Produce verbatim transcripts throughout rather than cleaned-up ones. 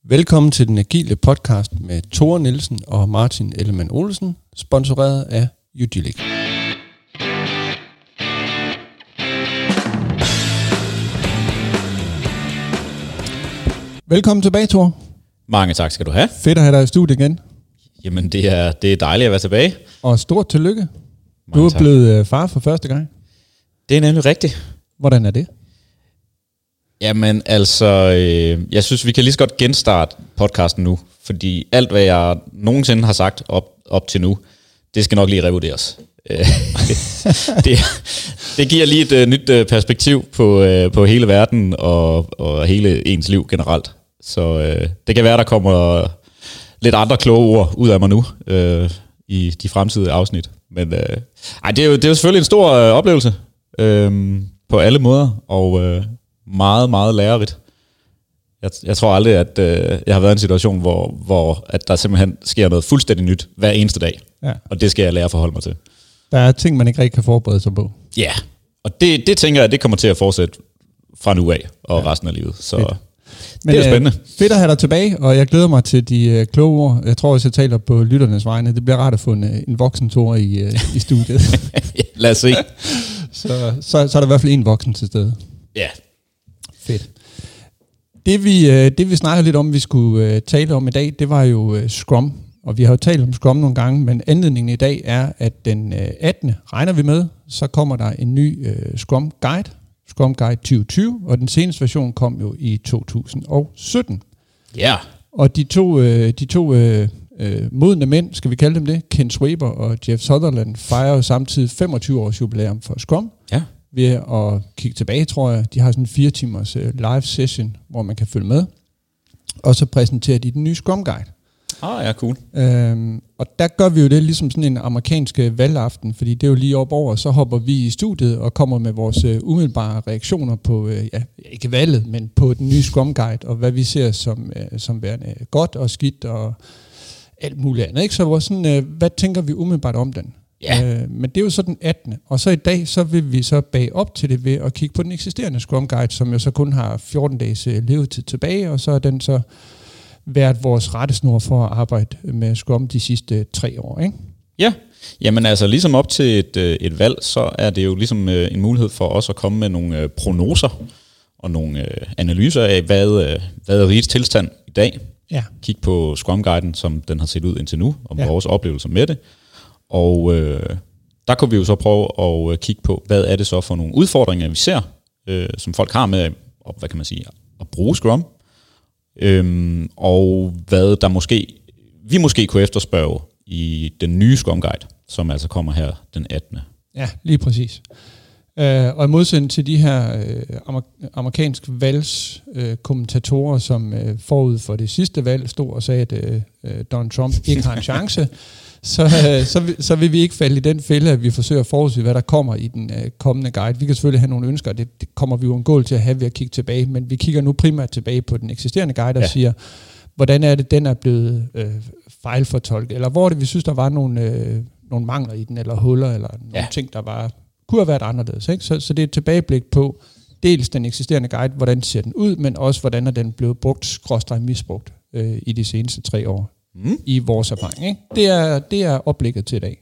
Velkommen til den agile podcast med Tore Nielsen og Martin Ellemann Olsen, sponsoreret af Udilic. Velkommen tilbage, Tore. Mange tak skal du have. Fedt at have dig i studiet igen. Jamen, det er, det er dejligt at være tilbage. Og stort tillykke. Mange du er tak. blevet far for første gang. Det er nemlig rigtigt. Hvordan er det? Jamen, altså, øh, jeg synes, vi kan lige så godt genstarte podcasten nu, fordi alt, hvad jeg nogensinde har sagt op, op til nu, det skal nok lige revurderes. det, det, det giver lige et uh, nyt uh, perspektiv på, uh, på hele verden og, og hele ens liv generelt. Så uh, det kan være, der kommer lidt andre kloge ord ud af mig nu uh, i de fremtidige afsnit. Men uh, ej, det, er jo, det er jo selvfølgelig en stor uh, oplevelse uh, på alle måder, og uh, meget, meget lærerigt. Jeg, jeg tror aldrig, at øh, jeg har været i en situation, hvor, hvor at der simpelthen sker noget fuldstændig nyt hver eneste dag. Ja. Og det skal jeg lære at forholde mig til. Der er ting, man ikke rigtig kan forberede sig på. Ja, yeah. Og det, det tænker jeg, det kommer til at fortsætte fra nu af og ja. resten af livet. Så fedt. Men, det er spændende. Øh, fedt at have dig tilbage, og jeg glæder mig til de øh, kloge ord. Jeg tror også, jeg taler på lytternes vegne. Det bliver rart at få en, en voksen Tore i, øh, i studiet. Ja, lad os se. så, så, så er der i hvert fald en voksen til stede. Ja. Fedt. Det vi, det vi snakker lidt om, vi skulle tale om i dag, det var jo Scrum. Og vi har jo talt om Scrum nogle gange, men anledningen i dag er, at den attende regner vi med, så kommer der en ny Scrum Guide, Scrum Guide tyve tyve, og den seneste version kom jo i to tusind og sytten. Ja. Yeah. Og de to, de to øh, modne mænd, skal vi kalde dem det, Ken Swaber og Jeff Sutherland, fejrer jo samtidig femogtyve års jubilæum for Scrum. Ja. Ved at kigge tilbage, tror jeg. De har sådan en fire timers live session, hvor man kan følge med. Og så præsenterer de den nye Scrum Guide. Ah, ja, cool. Øhm, og der gør vi jo det ligesom sådan en amerikansk valgaften, fordi det er jo lige op over, så hopper vi i studiet og kommer med vores uh, umiddelbare reaktioner på, uh, ja, ikke valget, men på den nye Scrum Guide, og hvad vi ser som, uh, som værende godt og skidt og alt muligt andet. Ikke? Så hvor sådan, uh, hvad tænker vi umiddelbart om den? Yeah. Øh, men det er jo så den attende. Og så i dag, så vil vi så bage op til det ved at kigge på den eksisterende Scrum Guide, som jo så kun har fjorten dages levetid tilbage, og så er den så været vores rettesnor for at arbejde med Scrum de sidste tre år, ikke? Ja, jamen altså ligesom op til et, et valg, så er det jo ligesom en mulighed for os at komme med nogle prognoser og nogle analyser af, hvad, hvad er rigets tilstand i dag. Ja. Kig på Scrum Guiden, som den har set ud indtil nu, og ja. vores oplevelser med det. Og øh, der kunne vi jo så prøve at øh, kigge på, hvad er det så for nogle udfordringer, vi ser, øh, som folk har med at, hvad kan man sige, at bruge Scrum, øhm, og hvad der måske, vi måske kunne efterspørge i den nye Scrum Guide, som altså kommer her den attende. Ja, lige præcis. Uh, og i modsætning til de her uh, amer- amerikansk valgskommentatorer, uh, som uh, forud for det sidste valg stod og sagde, at uh, Donald Trump ikke har en chance, så, uh, så, vil, så vil vi ikke falde i den fælde, at vi forsøger at forudsige, hvad der kommer i den uh, kommende guide. Vi kan selvfølgelig have nogle ønsker, det, det kommer vi jo en gål til at have ved at kigge tilbage, men vi kigger nu primært tilbage på den eksisterende guide og ja. siger, hvordan er det, den er blevet uh, fejlfortolket, eller hvor er det, vi synes, der var nogle, uh, nogle mangler i den, eller huller, eller nogle ja. ting, der var... kunne have været anderledes. Ikke? Så, så det er et tilbageblik på dels den eksisterende guide, hvordan ser den ud, men også hvordan er den blevet brugt, skråstreg misbrugt øh, i de seneste tre år mm. i vores erfaring. Ikke? Det, er, det er oplægget til i dag.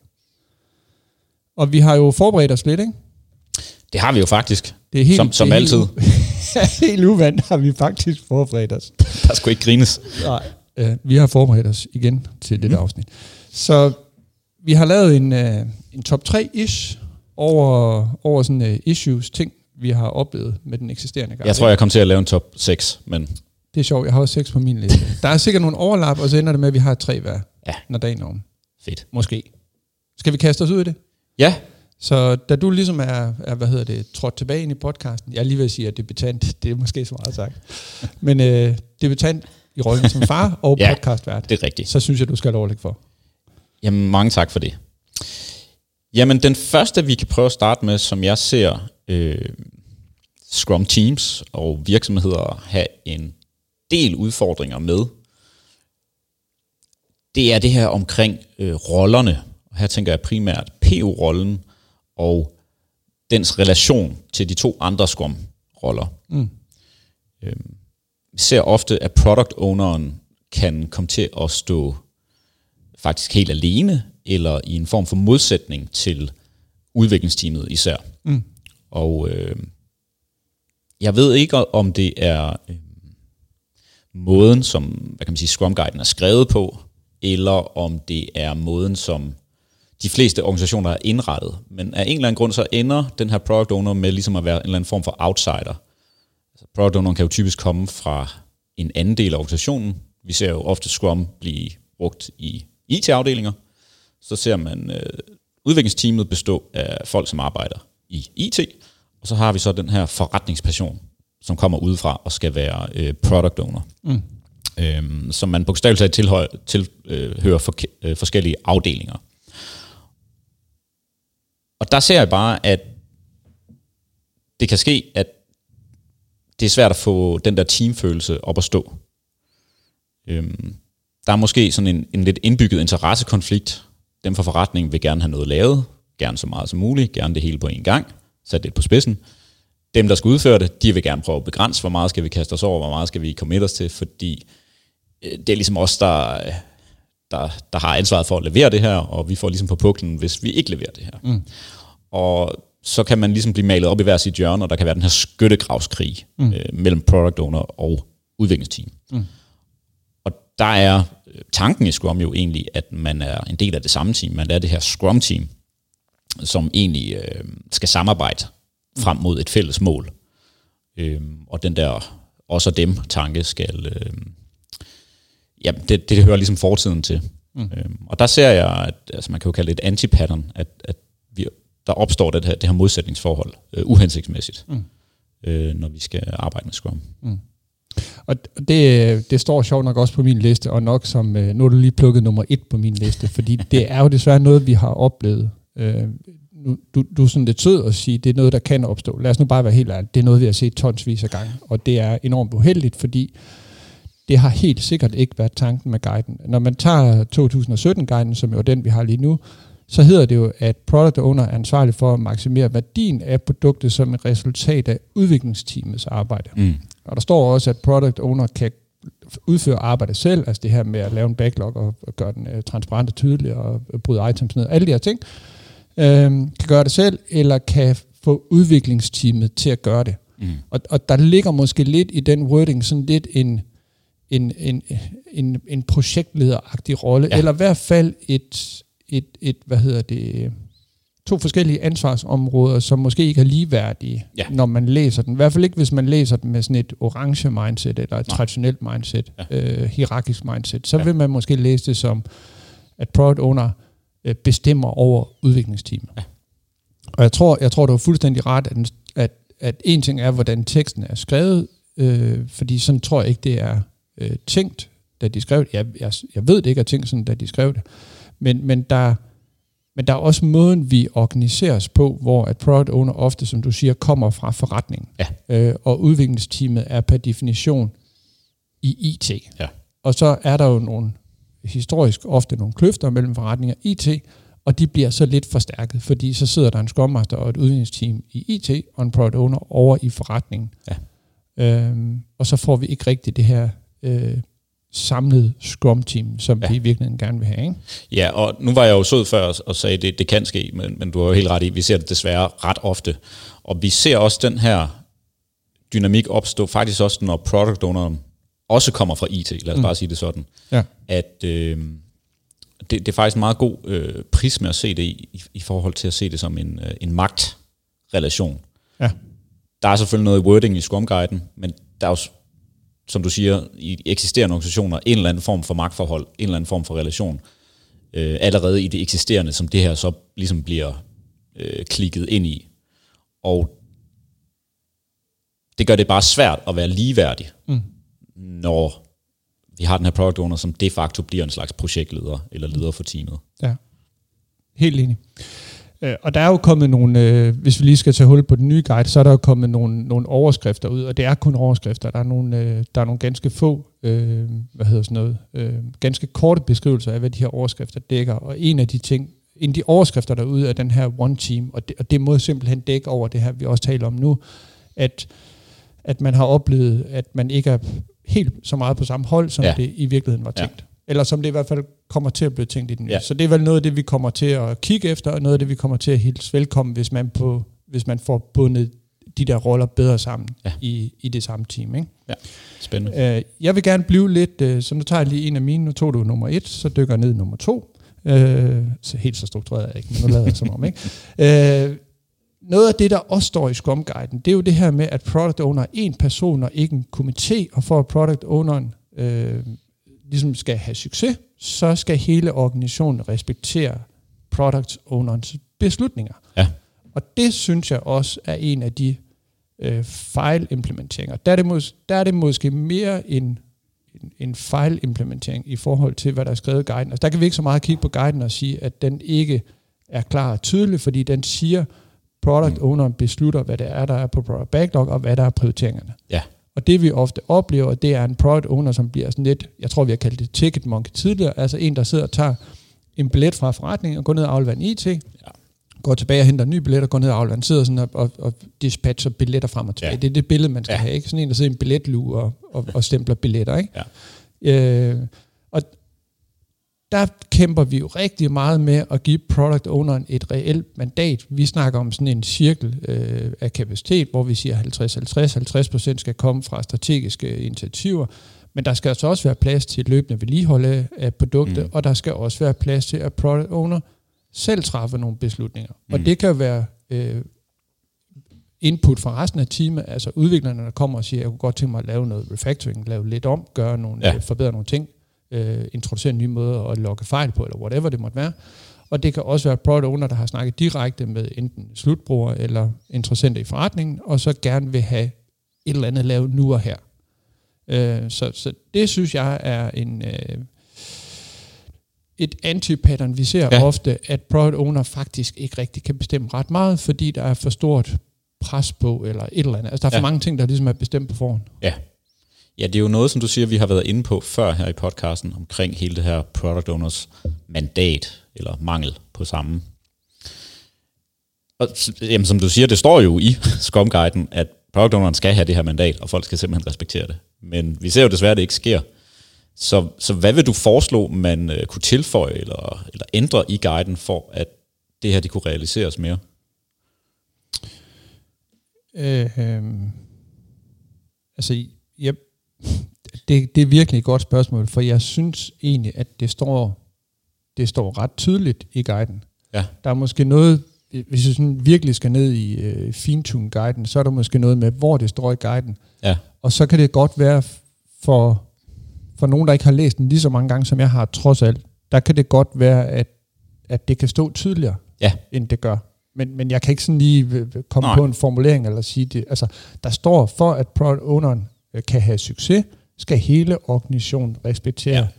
Og vi har jo forberedt os lidt, ikke? Det har vi jo faktisk, det er helt, som, som det er altid. Helt, helt uvandt har vi faktisk forberedt os. Der skulle ikke grines. Nej, øh, vi har forberedt os igen til dette mm. afsnit. Så vi har lavet en, øh, en top tre-ish, Over, over sådan uh, issues, ting, vi har oplevet med den eksisterende guide. Jeg tror, jeg kom til at lave en top seks, men... Det er sjovt, jeg har også seks på min liste. Der er sikkert nogle overlap, og så ender det med, at vi har tre hver, ja. når dagen er om. Fedt. Måske. Skal vi kaste os ud i det? Ja. Så da du ligesom er, er hvad hedder det, trådt tilbage ind i podcasten, jeg er lige ved at sige, at debutant, det er måske så meget sagt, men øh, debutant i rollen som far og ja, podcastvært, det er rigtigt. Så synes jeg, du skal have overlæg for. Jamen, mange tak for det. Jamen, den første, vi kan prøve at starte med, som jeg ser øh, Scrum Teams og virksomheder have en del udfordringer med, det er det her omkring øh, rollerne. Her tænker jeg primært P O-rollen og dens relation til de to andre Scrum-roller. Mm. Øhm, vi ser ofte, at product owneren kan komme til at stå faktisk helt alene, eller i en form for modsætning til udviklingsteamet især. Mm. Og øh, jeg ved ikke, om det er øh, måden, som hvad kan man sige, Scrum Guiden er skrevet på, eller om det er måden, som de fleste organisationer er indrettet. Men af en eller anden grund, så ender den her product owner med ligesom at være en eller anden form for outsider. Altså, product owner kan jo typisk komme fra en anden del af organisationen. Vi ser jo ofte Scrum blive brugt i I T-afdelinger. Så ser man øh, udviklingsteamet bestå af folk, som arbejder i I T, og så har vi så den her forretningsperson, som kommer udefra og skal være øh, product owner. Mm. Øhm, som man bogstaveligt talt tilhører, tilhører for, øh, forskellige afdelinger. Og der ser jeg bare, at det kan ske, at det er svært at få den der teamfølelse op at stå. Øhm, der er måske sådan en, en lidt indbygget interessekonflikt. Dem for forretningen vil gerne have noget lavet, gerne så meget som muligt, gerne det hele på en gang, sat det på spidsen. Dem, der skal udføre det, de vil gerne prøve at begrænse, hvor meget skal vi kaste os over, hvor meget skal vi committe os til, fordi det er ligesom os, der, der, der har ansvaret for at levere det her, og vi får ligesom på puklen, hvis vi ikke leverer det her. Mm. Og så kan man ligesom blive malet op i hver sit hjørne, og der kan være den her skyttegravskrig mm. øh, mellem product owner og udviklingsteam. Mm. Og der er tanken i Scrum jo egentlig, at man er en del af det samme team. Man er det her Scrum-team, som egentlig øh, skal samarbejde frem mod et fælles mål. Øh, og den der også dem tanke skal... Øh, ja, det, det hører ligesom fortiden til. Mm. Øh, og der ser jeg, at altså man kan jo kalde det et anti-pattern, at, at vi, der opstår det her, det her modsætningsforhold øh, uhensigtsmæssigt, mm. øh, når vi skal arbejde med Scrum. Mm. Og det, det står sjovt nok også på min liste, og nok som, nu har du lige plukket nummer et på min liste, fordi det er jo desværre noget, vi har oplevet. Du, du er sådan lidt sød at sige, det er noget, der kan opstå. Lad os nu bare være helt ærlig, det er noget, vi har set tonsvis af gange, og det er enormt uheldigt, fordi det har helt sikkert ikke været tanken med guiden. Når man tager to tusind og sytten-guiden, som jo er den, vi har lige nu, så hedder det jo, at product owner er ansvarlig for at maksimere værdien af produktet som et resultat af udviklingsteamets arbejde. Mm. Og der står også, at product owner kan udføre arbejdet selv, altså det her med at lave en backlog og gøre den uh, transparent og tydelig og bryde items ned, alle de her ting, øhm, kan gøre det selv, eller kan få udviklingsteamet til at gøre det. Mm. Og, og der ligger måske lidt i den wording sådan lidt en, en, en, en, en projektlederagtig rolle, ja. Eller i hvert fald et, et, et, hvad hedder det... to forskellige ansvarsområder, som måske ikke er ligeværdige, ja. Når man læser den. I hvert fald ikke, hvis man læser den med sådan et orange mindset, eller et Nej. traditionelt mindset, ja. øh, hierarkisk mindset. Så ja. Vil man måske læse det som, at product owner øh, bestemmer over udviklingsteamet. Ja. Og jeg tror, jeg tror, det var fuldstændig ret, at, at, at en ting er, hvordan teksten er skrevet, øh, fordi sådan tror jeg ikke, det er øh, tænkt, da de skrev det. Jeg, jeg, jeg ved det ikke er tænkt sådan, da de skrev det. Men, men der Men der er også måden, vi organiseres på, hvor at product owner ofte, som du siger, kommer fra forretningen. Ja. Øh, og udviklingsteamet er per definition i I T. Ja. Og så er der jo nogle, historisk ofte nogle kløfter mellem forretning og I T, og de bliver så lidt forstærket, fordi så sidder der en Scrum Master og et udviklingsteam i I T, og en product owner over i forretningen. Ja. Øhm, og så får vi ikke rigtigt det her... Øh, samlet Scrum-team, som ja. Vi i virkeligheden gerne vil have, ikke? Ja, og nu var jeg jo sød før og sagde, at det, det kan ske, men, men du har jo helt ret i, vi ser det desværre ret ofte. Og vi ser også den her dynamik opstå, faktisk også, når product owneren også kommer fra I T, lad os mm. bare sige det sådan, ja. At øh, det, det er faktisk en meget god øh, prisme at se det i, i, i forhold til at se det som en, øh, en magtrelation. Ja. Der er selvfølgelig noget wording i Scrum-guiden, men der er jo, som du siger, i eksisterende organisationer, en eller anden form for magtforhold, en eller anden form for relation, øh, allerede i det eksisterende, som det her så ligesom bliver øh, klikket ind i. Og det gør det bare svært at være ligeværdig, mm. når vi har den her product owner, som de facto bliver en slags projektleder, eller leder for teamet. Ja, helt enig. Og der er jo kommet nogle, øh, hvis vi lige skal tage hul på den nye guide, så er der jo kommet nogle, nogle overskrifter ud, og det er kun overskrifter. Der er nogle, øh, der er nogle ganske få, øh, hvad hedder sådan noget, øh, ganske korte beskrivelser af, hvad de her overskrifter dækker. Og en af de ting, en af de overskrifter derude er den her One Team, og det, og det må simpelthen dække over det her, vi også taler om nu, at, at man har oplevet, at man ikke er helt så meget på samme hold, som ja. det i virkeligheden var tænkt. Ja. Eller som det i hvert fald kommer til at blive tænkt i den nye. Ja. Så det er vel noget af det, vi kommer til at kigge efter, og noget af det, vi kommer til at hilse velkommen, hvis man, på, hvis man får bundet de der roller bedre sammen ja. i, i det samme team. Ikke? Ja, spændende. Uh, jeg vil gerne blive lidt, uh, så nu tager jeg lige en af mine, nu tog du nummer et, så dykker jeg ned i nummer to. Uh, så helt så struktureret er jeg ikke, men nu lader jeg som om. Ikke? Uh, noget af det, der også står i Scrum-guiden, det er jo det her med, at product owner er en person og ikke en komité, og for at product owneren uh, ligesom skal have succes, så skal hele organisationen respektere product ownerens beslutninger. Ja. Og det synes jeg også er en af de øh, fejlimplementeringer. Der er, det mås- der er det måske mere en, en, en fejlimplementering i forhold til, hvad der er skrevet i guiden. Altså, der kan vi ikke så meget kigge på guiden og sige, at den ikke er klar og tydelig, fordi den siger, product owneren beslutter, hvad det er, der er på product backlog, og hvad der er prioriteringerne. Ja. Og det vi ofte oplever, det er en product owner, som bliver sådan lidt, jeg tror vi har kaldt det ticket monkey tidligere, altså en, der sidder og tager en billet fra forretningen og går ned og afleverer en I T, ja. går tilbage og henter en ny billet og går ned og afleverer, sidder sådan og, og, og dispatcher billetter frem og tilbage. Ja. Det er det billede, man skal ja. have, ikke? Sådan en, der sidder i en billetlue og, og, og stempler billetter, ikke? Ja. Øh, og der kæmper vi jo rigtig meget med at give product owneren et reelt mandat. Vi snakker om sådan en cirkel øh, af kapacitet, hvor vi siger halvtreds halvtreds, halvtreds procent skal komme fra strategiske initiativer, men der skal altså også være plads til løbende vedligehold af produkter, mm. og der skal også være plads til, at product owner selv træffer nogle beslutninger. Mm. Og det kan være øh, input fra resten af teamet, altså udviklerne, der kommer og siger, jeg kunne godt tænke mig at lave noget refactoring, lave lidt om, gøre nogle, ja. øh, forbedre nogle ting, øh, introducere nye måder at logge fejl på, eller whatever det måtte være. Og det kan også være product owner, der har snakket direkte med enten slutbrugere eller interessenter i forretningen, og så gerne vil have et eller andet lavet nu og her. Øh, så, så det synes jeg er en... Øh, et anti-pattern. Vi ser ja. ofte, at product owner faktisk ikke rigtig kan bestemme ret meget, fordi der er for stort pres på, eller et eller andet. Altså, der er for ja. mange ting, der ligesom er bestemt på forhånd. Ja. Ja, det er jo noget, som du siger, vi har været inde på før her i podcasten, omkring hele det her product owners mandat, eller mangel på samme. Og jamen, som du siger, det står jo i Scrum-guiden, at product owneren skal have det her mandat, og folk skal simpelthen respektere det. Men vi ser jo desværre, at det ikke sker. Så, så hvad vil du foreslå, man uh, kunne tilføje eller, eller ændre i guiden, for at det her de kunne realiseres mere? Øh, øh, altså, ja, det, det er virkelig et godt spørgsmål, for jeg synes egentlig, at det står, det står ret tydeligt i guiden. Ja. Der er måske noget, hvis jeg sådan virkelig skal ned i øh, fintune guiden, så er der måske noget med, hvor det står i guiden. Ja. Og så kan det godt være for... For nogen, der ikke har læst den lige så mange gange, som jeg har trods alt, der kan det godt være, at, at det kan stå tydeligere, ja. end det gør. Men, men jeg kan ikke sådan lige komme Nej. på en formulering eller sige det. Altså, der står, for at product owneren kan have succes, skal hele organisationen respektere ja.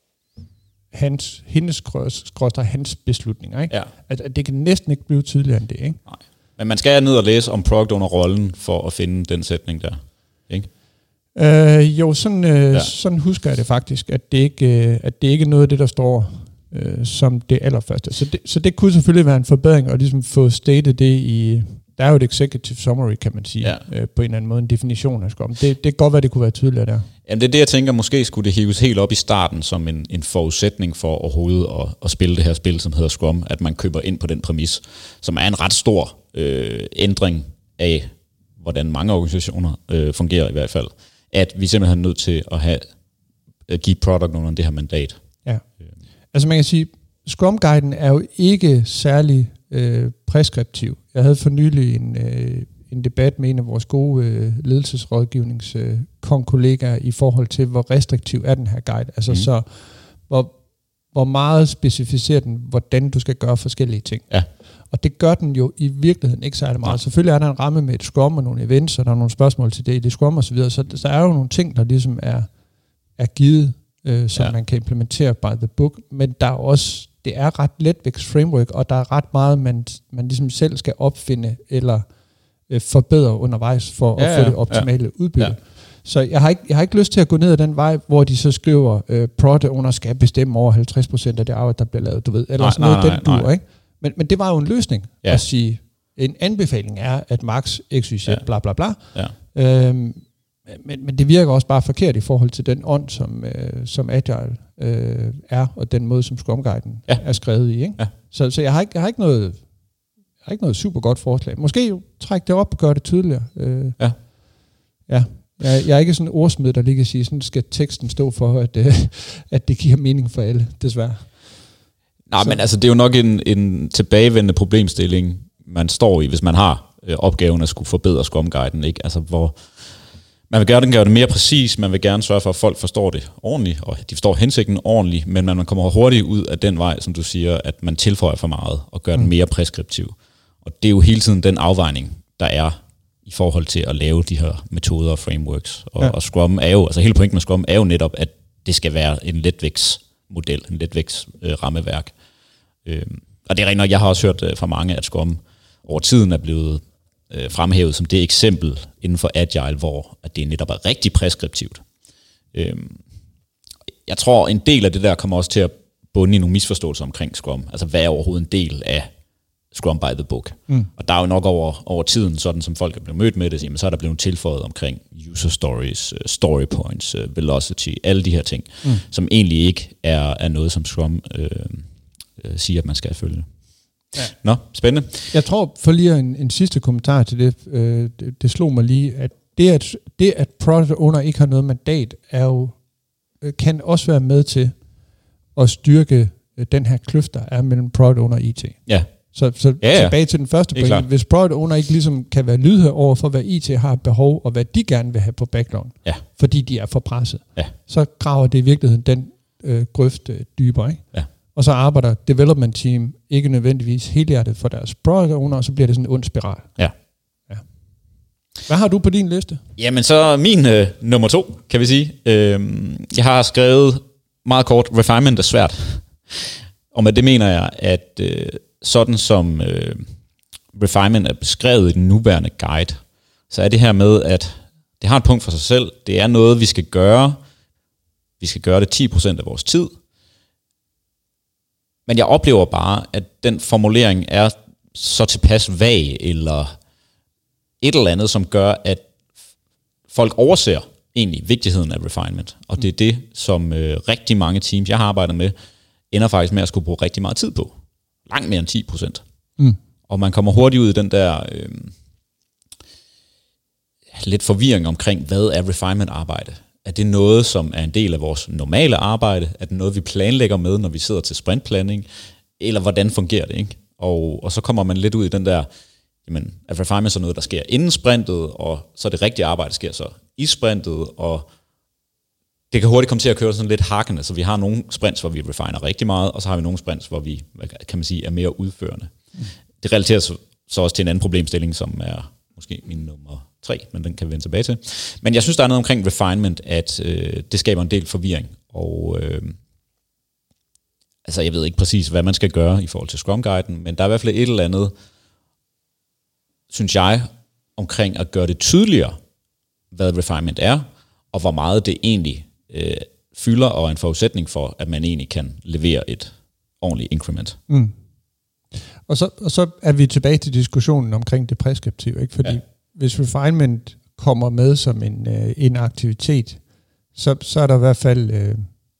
hans, hendes skråstreg, hans beslutninger. Ikke? Ja. Altså, det kan næsten ikke blive tydeligere end det. Ikke? Nej. Men man skal ned og læse om product owner-rollen for at finde den sætning der, ikke? Øh, jo, sådan, øh, ja. sådan husker jeg det faktisk, at det ikke, øh, at det ikke er noget af det, der står øh, som det allerførste. Så det, så det kunne selvfølgelig være en forbedring at ligesom få stated det i... Der er jo et executive summary, kan man sige, ja. øh, på en eller anden måde, en definition af Scrum. Det, det kan godt være, det kunne være tydeligere der. Jamen det er det, jeg tænker, måske skulle det hives helt op i starten som en, en forudsætning for overhovedet at, at spille det her spil, som hedder Scrum, at man køber ind på den præmis, som er en ret stor øh, ændring af, hvordan mange organisationer øh, fungerer i hvert fald. At vi simpelthen er nødt til at, have, at give product owneren det her mandat. Ja. Altså man kan sige, Scrum-guiden er jo ikke særlig øh, preskriptiv. Jeg havde for nylig en, øh, en debat med en af vores gode øh, ledelsesrådgivningskollegaer øh, i forhold til, hvor restriktiv er den her guide. Altså mm. så, hvor, hvor meget specificerer den, hvordan du skal gøre forskellige ting. Ja. Og det gør den jo i virkeligheden ikke særlig meget. Ja. Selvfølgelig er der en ramme med et Scrum og nogle events, og der er nogle spørgsmål til det i det Scrum og så videre. Så der er jo nogle ting, der ligesom er, er givet, øh, som ja. man kan implementere by the book. Men der er også, det er ret letvægts framework, og der er ret meget, man, man ligesom selv skal opfinde eller øh, forbedre undervejs for ja, at få ja, det optimale ja. udbytte. Ja. Så jeg har, ikke, jeg har ikke lyst til at gå ned ad den vej, hvor de så skriver, øh, product owner skal bestemme over halvtreds procent af det arbejde, der bliver lavet, du ved. Eller nej, sådan noget, nej, den duer, ikke? Men, men det var jo en løsning ja. at sige, en anbefaling er, at max x y z ja. bla bla bla. Ja. Øhm, Men, men det virker også bare forkert i forhold til den ånd, som, øh, som Agile øh, er, og den måde, som Scrum-guiden ja. er skrevet i. Ikke? Ja. Så, så jeg, har ikke, jeg, har ikke noget, jeg har ikke noget super godt forslag. Måske jo trække det op og gøre det tydeligere. Øh, ja. Ja. Jeg, jeg er ikke sådan en ordsmed, der lige kan sige, sådan skal teksten stå for, at, øh, at det giver mening for alle, desværre. Nej, så. Men altså, det er jo nok en, en tilbagevendende problemstilling, man står i, hvis man har øh, opgaven at skulle forbedre Scrum-guiden, ikke? Altså, hvor man vil gerne gøre det mere præcis, man vil gerne sørge for, at folk forstår det ordentligt, og de forstår hensigten ordentligt, men man kommer hurtigt ud af den vej, som du siger, at man tilføjer for meget og gør mm. den mere preskriptiv. Og det er jo hele tiden den afvejning, der er i forhold til at lave de her metoder og frameworks. Og, ja. og Scrum er jo, altså hele pointen med Scrum er jo netop, at det skal være en letvægtsmodel, en letvægtsrammeværk. Øh, og det er rent nok, jeg har også hørt fra mange, at Scrum over tiden er blevet øh, fremhævet som det eksempel inden for Agile, hvor at det netop er rigtig preskriptivt. Øh, jeg tror, en del af det der kommer også til at bunde i nogle misforståelser omkring Scrum. Altså, hvad er overhovedet en del af Scrum by the book? Mm. Og der er jo nok over, over tiden, sådan som folk er blevet mødt med det, jamen, så er der blevet tilføjet omkring user stories, uh, story points, uh, velocity, alle de her ting, mm. som egentlig ikke er, er noget, som Scrum øh, øh, siger, at man skal følge. Ja. Nå, spændende. Jeg tror, for lige en, en sidste kommentar til det, øh, det, det slog mig lige, at det, at det, at product owner ikke har noget mandat, er jo, øh, kan også være med til at styrke øh, den her kløft, der er mellem product owner og I T. Ja. Så, så ja, ja. Tilbage til den første point. Hvis product owner ikke ligesom kan være lydhør over for, hvad I T har behov, og hvad de gerne vil have på backloggen, ja. fordi de er for presset, ja. så graver det i virkeligheden den øh, grøft øh, dybere. Ikke? Ja. Og så arbejder development team ikke nødvendigvis helhjertet for deres product owner, og så bliver det sådan en ond spiral. Ja. Ja. Hvad har du på din liste? Jamen så min øh, nummer to, kan vi sige. Øh, jeg har skrevet meget kort, refinement er svært. Og med det mener jeg, at øh, sådan som øh, refinement er beskrevet i den nuværende guide, så er det her med, at det har et punkt for sig selv. Det er noget, vi skal gøre. Vi skal gøre det ti procent af vores tid. Men jeg oplever bare, at den formulering er så tilpas vag, eller et eller andet, som gør, at folk overser egentlig vigtigheden af refinement. Og det er det, som øh, rigtig mange teams, jeg har arbejdet med, ender faktisk med at skulle bruge rigtig meget tid på. Langt mere end ti procent. Mm. Og man kommer hurtigt ud i den der øh, lidt forvirring omkring, hvad er refinement-arbejde? Er det noget, som er en del af vores normale arbejde? Er det noget, vi planlægger med, når vi sidder til sprintplanning? Eller hvordan fungerer det? Ikke? Og, og så kommer man lidt ud i den der, jamen, er refinement så noget, der sker inden sprintet, og så det rigtige arbejde sker så i sprintet, og det kan hurtigt komme til at køre sådan lidt hakkende, så vi har nogle sprints, hvor vi refiner rigtig meget, og så har vi nogle sprints, hvor vi, kan man sige, er mere udførende. Mm. Det relaterer sig så også til en anden problemstilling, som er måske min nummer tre, men den kan vi vende tilbage til. Men jeg synes, der er noget omkring refinement, at øh, det skaber en del forvirring, og øh, altså jeg ved ikke præcis, hvad man skal gøre i forhold til Scrum-guiden, men der er i hvert fald et eller andet, synes jeg, omkring at gøre det tydeligere, hvad refinement er, og hvor meget det egentlig øh, fylder, og er en forudsætning for, at man egentlig kan levere et ordentligt increment. Mm. Og, så, og så er vi tilbage til diskussionen omkring det preskriptive, ikke? Fordi ja. Hvis refinement kommer med som en, øh, en aktivitet, så, så er der i hvert fald, øh,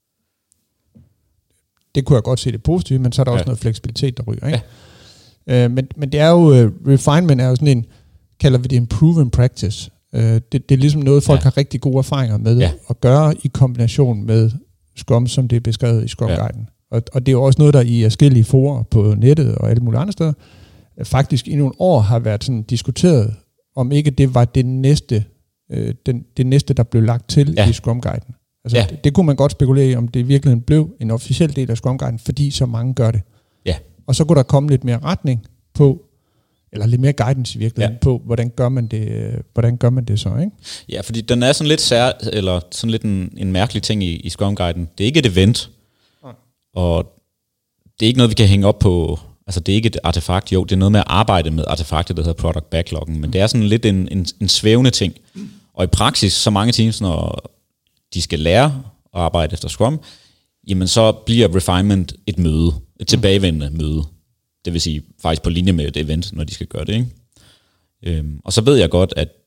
det kunne jeg godt se det positive, men så er der ja. også noget fleksibilitet, der ryger. Ikke? Ja. Øh, men, men det er jo, øh, refinement er jo sådan en, kalder vi det en proven practice. Øh, det, det er ligesom noget, folk ja. har rigtig gode erfaringer med ja. at gøre i kombination med Scrum, som det er beskrevet i Scrum-guiden. Ja. Og, og det er jo også noget, der i forskellige forer på nettet og alle mulige andre steder, faktisk i nogle år har været sådan diskuteret, om ikke det var det næste, øh, den, det næste, der blev lagt til ja. i Scrum-guiden. Altså, ja. det, det kunne man godt spekulere i, om det virkelig blev en officiel del af Scrum-guiden, fordi så mange gør det. Ja. Og så kunne der komme lidt mere retning på, eller lidt mere guidance i virkeligheden, ja. på, hvordan gør man det, hvordan gør man det så, ikke? Ja, fordi den er sådan lidt sær, eller sådan lidt en, en mærkelig ting i, i Scrum-guiden. Det er ikke et event, ja. og det er ikke noget, vi kan hænge op på. Altså det er ikke et artefakt, jo, det er noget med at arbejde med artefakter, der hedder product backloggen, men det er sådan lidt en, en, en svævende ting. Og i praksis, så mange teams, når de skal lære at arbejde efter Scrum, jamen så bliver refinement et møde, et tilbagevendende møde. Det vil sige faktisk på linje med et event, når de skal gøre det, ikke? Øhm, og så ved jeg godt, at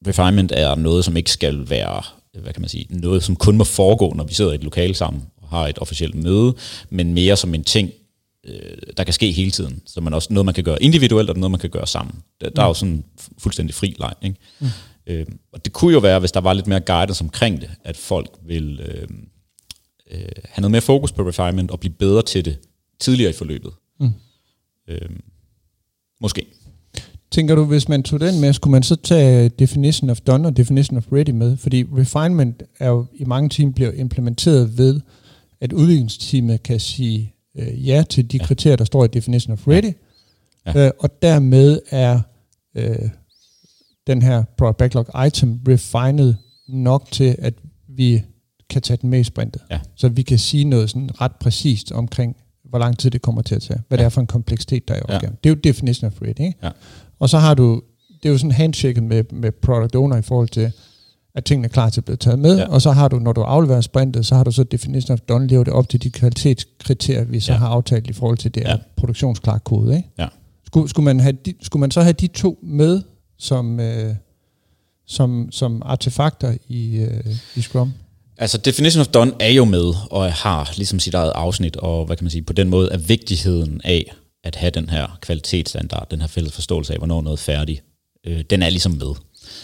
refinement er noget, som ikke skal være, hvad kan man sige, noget, som kun må foregå, når vi sidder i et lokale sammen og har et officielt møde, men mere som en ting, der kan ske hele tiden. Så man også noget, man kan gøre individuelt, og noget, man kan gøre sammen. Der, der er jo sådan fuldstændig fri leg, ikke? Mm. Øh, og det kunne jo være, hvis der var lidt mere guidance omkring det, at folk vil øh, øh, have noget mere fokus på refinement og blive bedre til det tidligere i forløbet. Mm. Øh, måske. Tænker du, hvis man tog den med, skulle man så tage definition of done og definition of ready med? Fordi refinement er jo i mange team bliver implementeret ved, at udviklingsteamet kan sige øh, ja til de ja. kriterier, der står i definition of ready, ja. Ja. Øh, og dermed er øh, den her product backlog item refined nok til, at vi kan tage den med i sprintet. Ja. Så vi kan sige noget sådan ret præcist omkring, hvor lang tid det kommer til at tage. Hvad ja. det er for en kompleksitet, der er i opgaven. Ja. Det er jo definition of ready, ikke? Ja. Og så har du, det er jo sådan handshake med, med product owner i forhold til, at tingene er klar til at blive taget med, ja. og så har du, når du afleverer sprintet, så har du så definition of done, lever det op til de kvalitetskriterier, vi så ja. har aftalt i forhold til det ja. produktionsklar kode, ikke? Ja. Skulle, skulle, man have de, skulle man så have de to med som, øh, som, som artefakter i, øh, i Scrum? Altså definition of done er jo med, og har ligesom sit eget afsnit, og hvad kan man sige, på den måde er vigtigheden af at have den her kvalitetsstandard, den her fælles forståelse af, hvornår noget er færdigt, øh, den er ligesom med.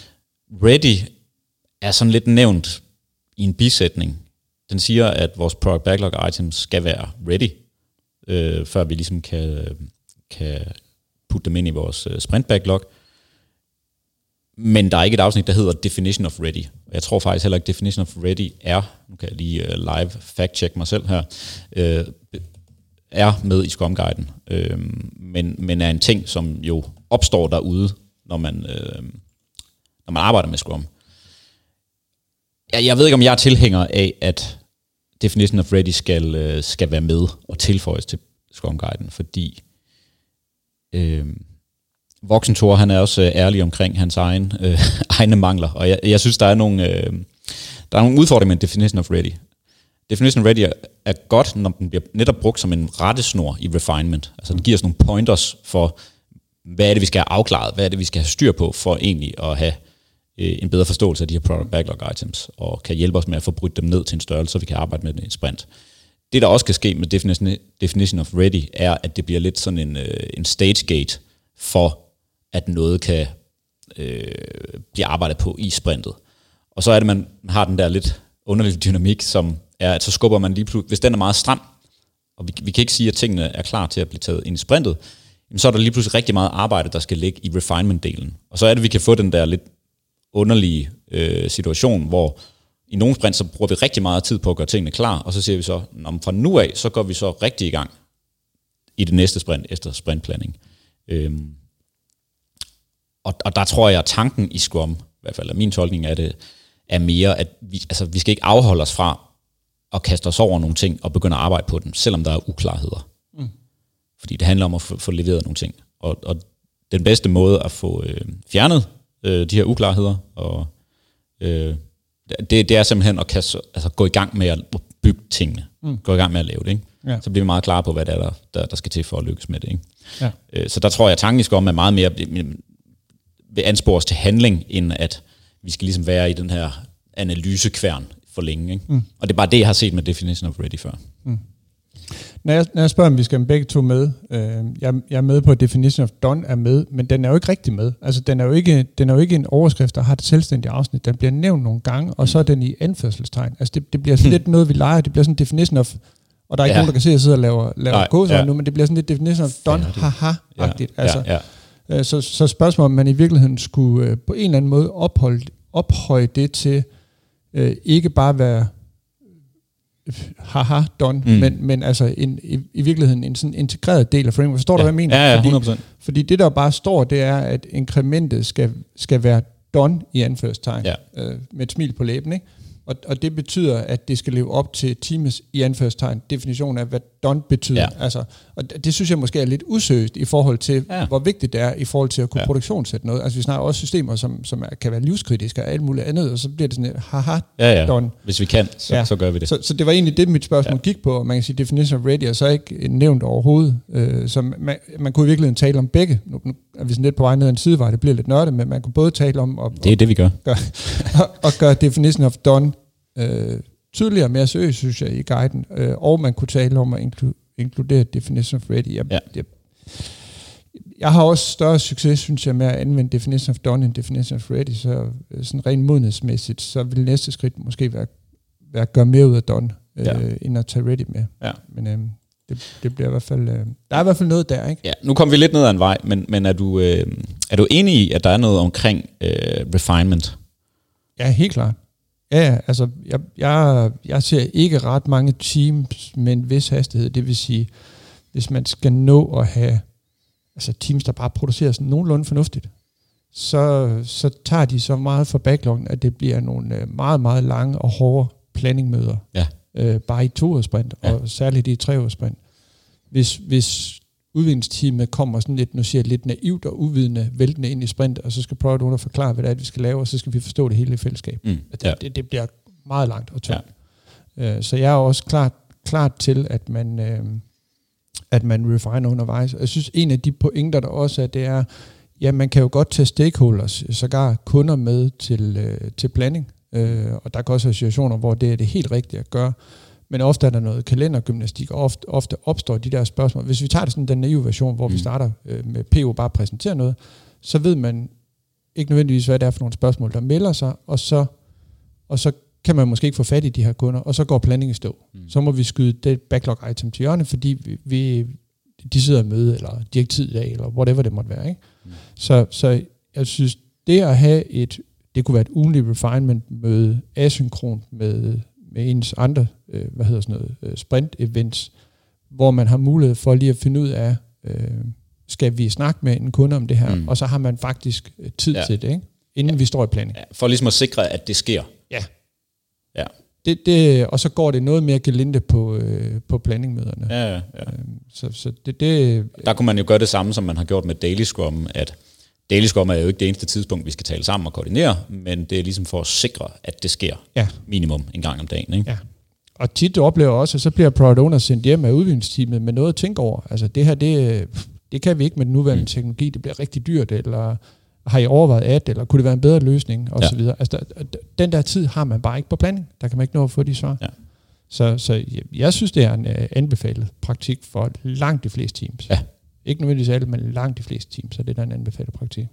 Ready er sådan lidt nævnt i en bisætning. Den siger, at vores product backlog items skal være ready, øh, før vi ligesom kan, kan putte dem ind i vores sprint backlog. Men der er ikke et afsnit, der hedder definition of ready. Jeg tror faktisk heller ikke, definition of ready er, nu kan jeg lige live fact-check mig selv her, øh, er med i Scrum-guiden, øh, men, men er en ting, som jo opstår derude, når man, øh, når man arbejder med Scrum. Jeg, jeg ved ikke, om jeg er tilhænger af, at definition of ready skal, øh, skal være med og tilføjes til Scrum-guiden, fordi øh, Voksen Thor, han er også ærlig omkring hans egen, øh, egne mangler, og jeg, jeg synes, der er nogle, øh, der er nogle udfordringer med definition of ready. Definition of ready er, er godt, når den bliver netop brugt som en rettesnor i refinement. Altså den giver os nogle pointers for, hvad er det, vi skal have afklaret, hvad er det, vi skal have styr på, for egentlig at have øh, en bedre forståelse af de her product backlog items, og kan hjælpe os med at få brudt dem ned til en størrelse, så vi kan arbejde med det i en sprint. Det, der også kan ske med definition, definition of ready, er, at det bliver lidt sådan en, øh, en stage gate for, at noget kan øh, blive arbejdet på i sprintet. Og så er det, man har den der lidt underlige dynamik, som er, at så skubber man lige pludselig, hvis den er meget stram, og vi, vi kan ikke sige, at tingene er klar til at blive taget ind i sprintet, så er der lige pludselig rigtig meget arbejde, der skal ligge i refinement-delen. Og så er det, vi kan få den der lidt underlige øh, situation, hvor i nogle sprint, så bruger vi rigtig meget tid på at gøre tingene klar, og så siger vi så, fra nu af, så går vi så rigtig i gang i det næste sprint, efter sprintplanning. Øhm, og, og der tror jeg, at tanken i Scrum, i hvert fald min tolkning af det, er mere, at vi, altså, vi skal ikke afholde os fra at kaste os over nogle ting og begynde at arbejde på dem, selvom der er uklarheder. Mm. Fordi det handler om at få, få leveret nogle ting. Og, og den bedste måde at få øh, fjernet øh, de her uklarheder, og øh, det, det er simpelthen at kaste, altså, gå i gang med at bygge tingene. Mm. Gå i gang med at lave det. Ikke? Ja. Så bliver vi meget klare på, hvad det er, der, der, der skal til for at lykkes med det. Ikke? Ja. Øh, så der tror jeg, at tanken i Scrum er meget mere vil anspore os til handling, end at vi skal ligesom være i den her analysekværn for længe. Ikke? Mm. Og det er bare det, jeg har set med definition of ready før. Mm. Når, jeg, når jeg spørger, om vi skal begge to med, øh, jeg, jeg er med på, at definition of done er med, men den er jo ikke rigtig med. Altså, den er jo ikke, den er jo ikke en overskrift, der har et selvstændigt afsnit. Den bliver nævnt nogle gange, og så er den i anførselstegn. Altså, det, det bliver sådan lidt noget, vi leger. Det bliver sådan en definition of, og der er ikke ja. nogen, der kan se, at jeg sidder og laver, laver kode ja. nu, men det bliver sådan lidt definition of done, ja, haha-agtigt. Ja. Altså, ja. Ja. Så, så spørgsmålet, om man i virkeligheden skulle øh, på en eller anden måde opholde, ophøje det til øh, ikke bare være haha done, mm. men, men altså en, i, i virkeligheden en sådan integreret del af framework. Forstår ja. du, hvad jeg mener? Ja, ja, hundrede procent. Fordi, fordi det, der bare står, det er, at inkrementet skal, skal være done i anførselstegn, ja. øh, med et smil på læben, ikke? Og, og det betyder, at det skal leve op til teamets i anførselstegn definition af, hvad done betyder. Ja. Altså, og det, det synes jeg måske er lidt usøgt i forhold til, ja. hvor vigtigt det er i forhold til at kunne ja. produktionssætte noget. Altså vi snakker også systemer, som, som er, kan være livskritiske og alt muligt andet, og så bliver det sådan et haha ja, ja. done. Hvis vi kan, så, ja. så gør vi det. Så, så det var egentlig det, mit spørgsmål ja. gik på. Man kan sige, definition of ready er så ikke nævnt overhovedet. Øh, så man, man kunne i virkeligheden tale om begge. Nu, nu er vi sådan lidt på vej ned ad en sidevej, det bliver lidt nørdet, men man kunne både tale om... Og, det er det, vi gør. Gør, og, og gøre definition of done øh, tydeligere og mere seriøst, synes jeg, i guiden. Øh, og man kunne tale om at inklu- inkludere definition of ready. Jeg, ja. jeg, jeg har også større succes, synes jeg, med at anvende definition of done end definition of ready, så sådan rent modenhedsmæssigt, så vil næste skridt måske være, være at gøre mere ud af done, øh, ja. end at tage ready med. Ja. Men øh, det, det bliver i hvert fald... Øh, der er i hvert fald noget der, ikke? Ja, nu kommer vi lidt ned ad en vej, men, men er, du, øh, er du enig i, at der er noget omkring øh, refinement? Ja, helt klart. Ja, altså, jeg, jeg, jeg ser ikke ret mange teams med en vis hastighed. Det vil sige, hvis man skal nå at have altså teams, der bare producerer sådan nogenlunde fornuftigt, så, så tager de så meget for backloggen, at det bliver nogle meget, meget lange og hårde planningmøder. Ja. Øh, bare i to sprint, ja. Og særligt i tre sprint. Hvis, hvis udviklingsteamet kommer sådan lidt, nu siger jeg, lidt naivt og uvidende, væltende ind i sprint, og så skal product owner forklare, hvad det er, vi skal lave, og så skal vi forstå det hele i fællesskab. Mm, ja. det, det, det bliver meget langt og tungt. Ja. Øh, så jeg er også klart, klart til, at man, øh, at man refiner undervejs. Jeg synes, en af de pointer, der også er, det er, ja, man kan jo godt tage stakeholders, sågar kunder med til, øh, til planning, øh, og der kan også være situationer, hvor det er det helt rigtige at gøre. Men ofte er der noget kalendergymnastik, og ofte, ofte opstår de der spørgsmål. Hvis vi tager det sådan den naive version, hvor mm. vi starter øh, med P O bare præsenterer noget, så ved man ikke nødvendigvis, hvad det er for nogle spørgsmål, der melder sig, og så, og så kan man måske ikke få fat i de her kunder, og så går planning i stå. Mm. Så må vi skyde det backlog item til hjørne, fordi vi, vi, de sidder i møde, eller de har ikke tid i dag, eller whatever det måtte være. Ikke? Mm. Så, så jeg synes, det at have et, det kunne være et ugenligt refinement møde asynkront med med ens andre, øh, hvad hedder sådan noget, øh, sprint-events, hvor man har mulighed for lige at finde ud af, øh, skal vi snakke med en kunde om det her, mm. og så har man faktisk øh, tid ja. til det, ikke? Inden ja. vi står i planning. Ja, for ligesom at sikre, at det sker. Ja. Ja. Det, det, og så går det noget mere gelinde på, øh, på planningmøderne. Ja, ja, ja. Øh, så, så det, det... Der kunne man jo gøre det samme, som man har gjort med Daily Scrum, at Daily Scrum er jo ikke det eneste tidspunkt, vi skal tale sammen og koordinere, men det er ligesom for at sikre, at det sker ja. minimum en gang om dagen. Ikke? Ja. Og tit oplever også, at så bliver product owner sendt hjem af udviklingsteamet med noget at tænke over. Altså det her, det, det kan vi ikke med den nuværende mm. teknologi, det bliver rigtig dyrt, eller har I overvejet at, eller kunne det være en bedre løsning, og ja. så videre. Altså der, den der tid har man bare ikke på planning. Der kan man ikke nå at få de svar. Ja. Så, så jeg, jeg synes, det er en uh, anbefalet praktik for langt de fleste teams. Ja. Ikke nødvendigvis alle, men langt de fleste teams, så det er der en anbefalet praktik.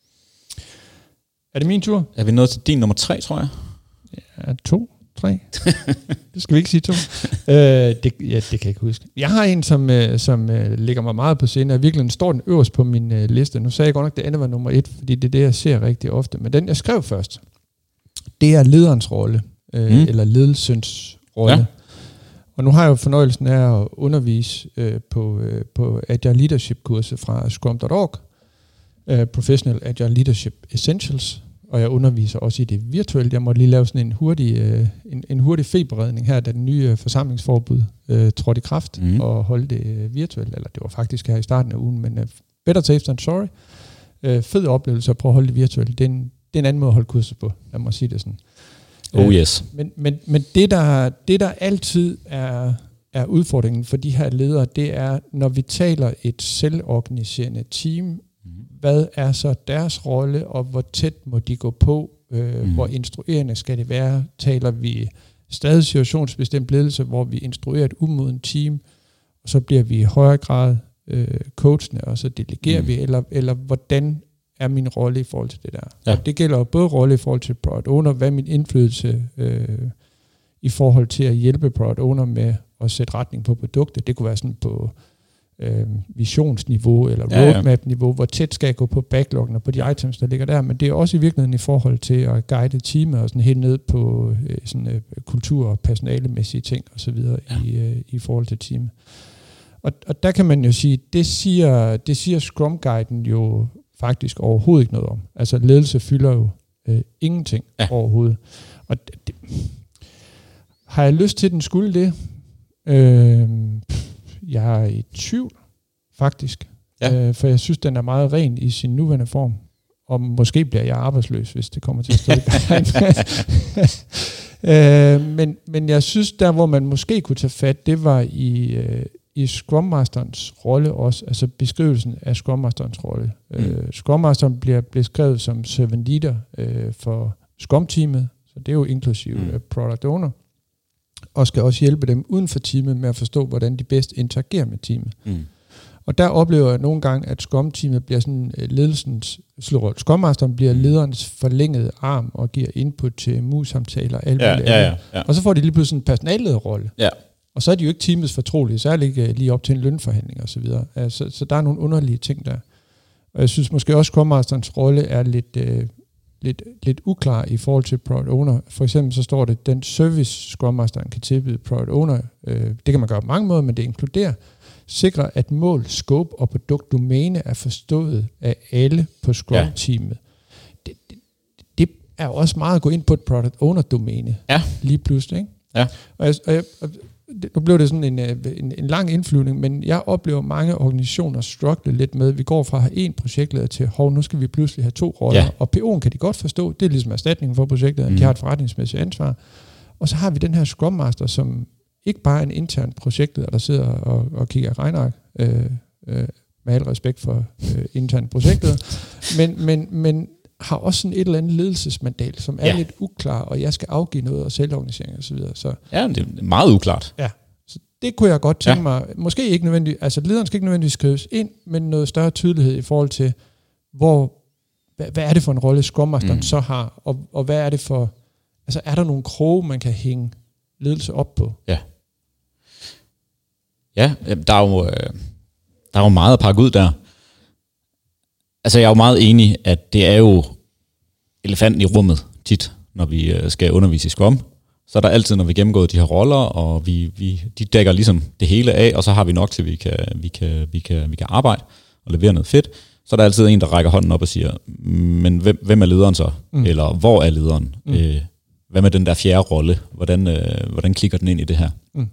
Er det min tur? Er vi nået til din nummer tre, tror jeg? Ja, to, tre. Det skal vi ikke sige to. øh, det, ja, det kan jeg ikke huske. Jeg har en, som, øh, som øh, ligger mig meget på scenen, og virkelig står den øverst på min øh, liste. Nu sagde jeg godt nok, at det andet var nummer et, fordi det er det, jeg ser rigtig ofte. Men den, jeg skrev først, det er lederens rolle, øh, mm. eller ledelsens rolle. Ja. Og nu har jeg jo fornøjelsen af at undervise øh, på, øh, på Agile Leadership-kurset fra scrum punktum org, øh, Professional Agile Leadership Essentials, og jeg underviser også i det virtuelle. Jeg måtte lige lave sådan en hurtig, øh, en, en hurtig feberredning her, da den nye øh, forsamlingsforbud øh, trådte i kraft, mm. og holde det øh, virtuelt, eller det var faktisk her i starten af ugen, men øh, better safe than sorry. Øh, fed oplevelse at prøve at holde det virtuelt. Det er en, det er en anden måde at holde kurset på, lad mig sige det sådan. Oh yes. Men, men, men det, der, det, der altid er, er udfordringen for de her ledere, det er, når vi taler et selvorganiserende team, mm. hvad er så deres rolle, og hvor tæt må de gå på, øh, mm. hvor instruerende skal det være? Taler vi stadig situationsbestemt ledelse, hvor vi instruerer et umodent team, og så bliver vi i højere grad øh, coachene, og så delegerer mm. vi, eller, eller hvordan er min rolle i forhold til det der. Ja. Og det gælder jo både rolle i forhold til product owner, hvad er min indflydelse øh, i forhold til at hjælpe product owner med at sætte retning på produktet. Det kunne være sådan på øh, visionsniveau eller roadmap-niveau, hvor tæt skal jeg gå på backloggen og på de items, der ligger der, men det er også i virkeligheden i forhold til at guide teamet og sådan helt ned på øh, sådan, øh, kultur- og personalemæssige ting og så videre ja. i, øh, i forhold til teamet. Og, og der kan man jo sige, det siger, det siger Scrum-guiden jo faktisk overhovedet ikke noget om. Altså ledelse fylder jo øh, ingenting ja. overhovedet. Og det, det, har jeg lyst til, at den skulle det? Øh, jeg er i tvivl, faktisk. Ja. Øh, for jeg synes, den er meget ren i sin nuværende form. Og måske bliver jeg arbejdsløs, hvis det kommer til at stå i gang. øh, men, men jeg synes, der hvor man måske kunne tage fat, det var i, øh, i Scrum Masterens rolle også, altså beskrivelsen af Scrum Masterens rolle. Mm. Øh, Scrum Masteren bliver beskrevet som servant leader øh, for Scrum-teamet, så det er jo inklusive mm. product owner, og skal også hjælpe dem uden for teamet med at forstå, hvordan de bedst interagerer med teamet. Mm. Og der oplever jeg nogle gange, at Scrum-teamet bliver sådan ledelsens slårolle. Scrum Masteren bliver lederens forlængede arm og giver input til mus-samtaler og alt ja, ja, ja, ja. Og så får de lige pludselig en personallederrolle. Ja. Og så er de jo ikke teamets fortrolige, særligt ikke lige op til en lønforhandling og så videre. Så, så der er nogle underlige ting der. Og jeg synes måske også, at Scrum Masterens rolle er lidt, øh, lidt, lidt uklar i forhold til product owner. For eksempel så står det, den service Scrum Masteren kan tilbyde product owner, øh, det kan man gøre på mange måder, men det inkluderer, sikre, at mål, scope og produktdomæne er forstået af alle på Scrum-teamet. Ja. Det, det, det er også meget at gå ind på et product owner-domæne. Ja. Lige pludselig, ikke? Ja. Og, jeg, og jeg, nu blev det sådan en, en, en lang indflyvning, men jeg oplever mange organisationer struggle lidt med, vi går fra at have en projektleder til, hov, nu skal vi pludselig have to roller, ja. Og P O'en kan de godt forstå, det er ligesom erstatningen for projektlederen, mm. de har et forretningsmæssigt ansvar. Og så har vi den her Scrum Master, som ikke bare en intern projektleder, der sidder og, og kigger i regnark, øh, øh, med al respekt for øh, intern projektleder, men, men, men har også sådan et eller andet ledelsesmandat, som er ja. lidt uklar, og jeg skal afgive noget og selvorganisering og så videre. Så, ja, det er meget uklart. Ja, så det kunne jeg godt tænke ja. mig, måske ikke nødvendigt, altså lederen skal ikke nødvendigvis skrives ind, men noget større tydelighed i forhold til, hvor, hvad, hvad er det for en rolle Scrum Masteren mm. så har, og, og hvad er det for, altså er der nogle kroge, man kan hænge ledelse op på? Ja. Ja, der er jo, der er jo meget at pakke ud der. Altså jeg er jo meget enig, at det er jo elefanten i rummet tit, når vi skal undervise i Scrum. Så er der altid, når vi gennemgår de her roller, og vi, vi, de dækker ligesom det hele af, og så har vi nok til, at vi kan, vi kan, vi kan, vi kan arbejde og levere noget fedt. Så er der altid en, der rækker hånden op og siger, men hvem, hvem er lederen så? Mm. Eller hvor er lederen? Mm. Øh, hvad med den der fjerde rolle? Hvordan, øh, hvordan klikker den ind i det her? Mm.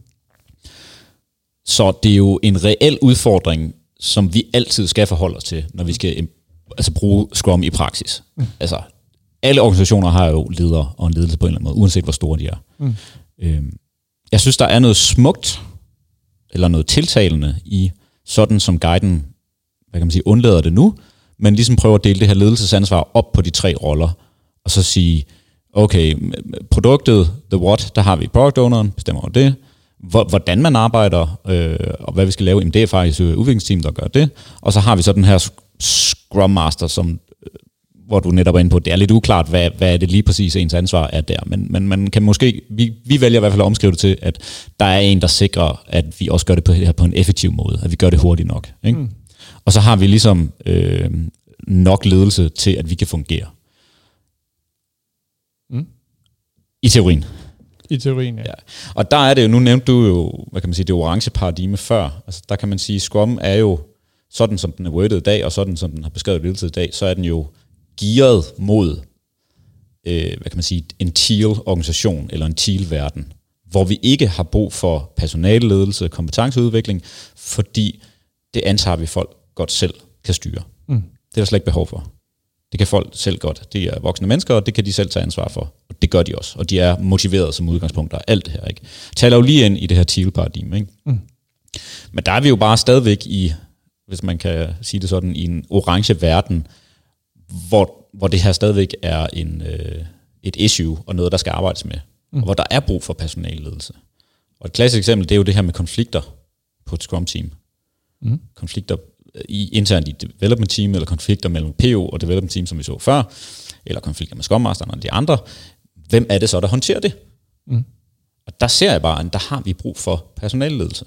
Så det er jo en reel udfordring, som vi altid skal forholde os til, når vi skal altså, bruge Scrum i praksis. Mm. Altså, alle organisationer har jo ledere og en ledelse på en eller anden måde, uanset hvor store de er. Mm. Øhm, jeg synes, der er noget smukt, eller noget tiltalende i, sådan som guiden, hvad kan man sige, undlader det nu, men ligesom prøver at dele det her ledelsesansvar op på de tre roller, og så sige, okay, produktet, the what, der har vi product owneren, bestemmer over det, hvordan man arbejder, øh, og hvad vi skal lave, jamen det er faktisk udviklingsteam, der gør det, og så har vi så den her Scrum Master, som, hvor du netop er inde på, det er lidt uklart, hvad, hvad er det lige præcis ens ansvar er der, men, men man kan måske, vi, vi vælger i hvert fald at omskrive det til, at der er en, der sikrer, at vi også gør det på, her på en effektiv måde, at vi gør det hurtigt nok, ikke? Mm. Og så har vi ligesom øh, nok ledelse til, at vi kan fungere. Mm. I teorien. I teorien, ja. ja. Og der er det jo, nu nævnte du jo, hvad kan man sige, det orange paradigme før. Altså der kan man sige, Scrum er jo sådan, som den er wordet i dag, og sådan, som den har beskrevet ledelse i dag, så er den jo gearet mod, øh, hvad kan man sige, en teal-organisation, eller en teal-verden, hvor vi ikke har brug for personaleledelse og kompetenceudvikling, fordi det antager vi folk godt selv kan styre. Mm. Det er der slet ikke behov for. Det kan folk selv godt. Det er voksne mennesker, og det kan de selv tage ansvar for. Og det gør de også. Og de er motiveret som udgangspunkt af alt det her. Ikke? Taler jo lige ind i det her teal-paradigme. Ikke? Mm. Men der er vi jo bare stadigvæk i, hvis man kan sige det sådan, i en orange verden, hvor, hvor det her stadigvæk er en, øh, et issue, og noget, der skal arbejdes med. Mm. Og hvor der er brug for personalledelse. Og et klassisk eksempel, det er jo det her med konflikter på et Scrum-team. Mm. Konflikter i, internt i development team, eller konflikter mellem P O og development team, som vi så før, eller konflikter med Scrum Masteren og de andre. Hvem er det så, der håndterer det? Mm. Og der ser jeg bare, at der har vi brug for personalledelse.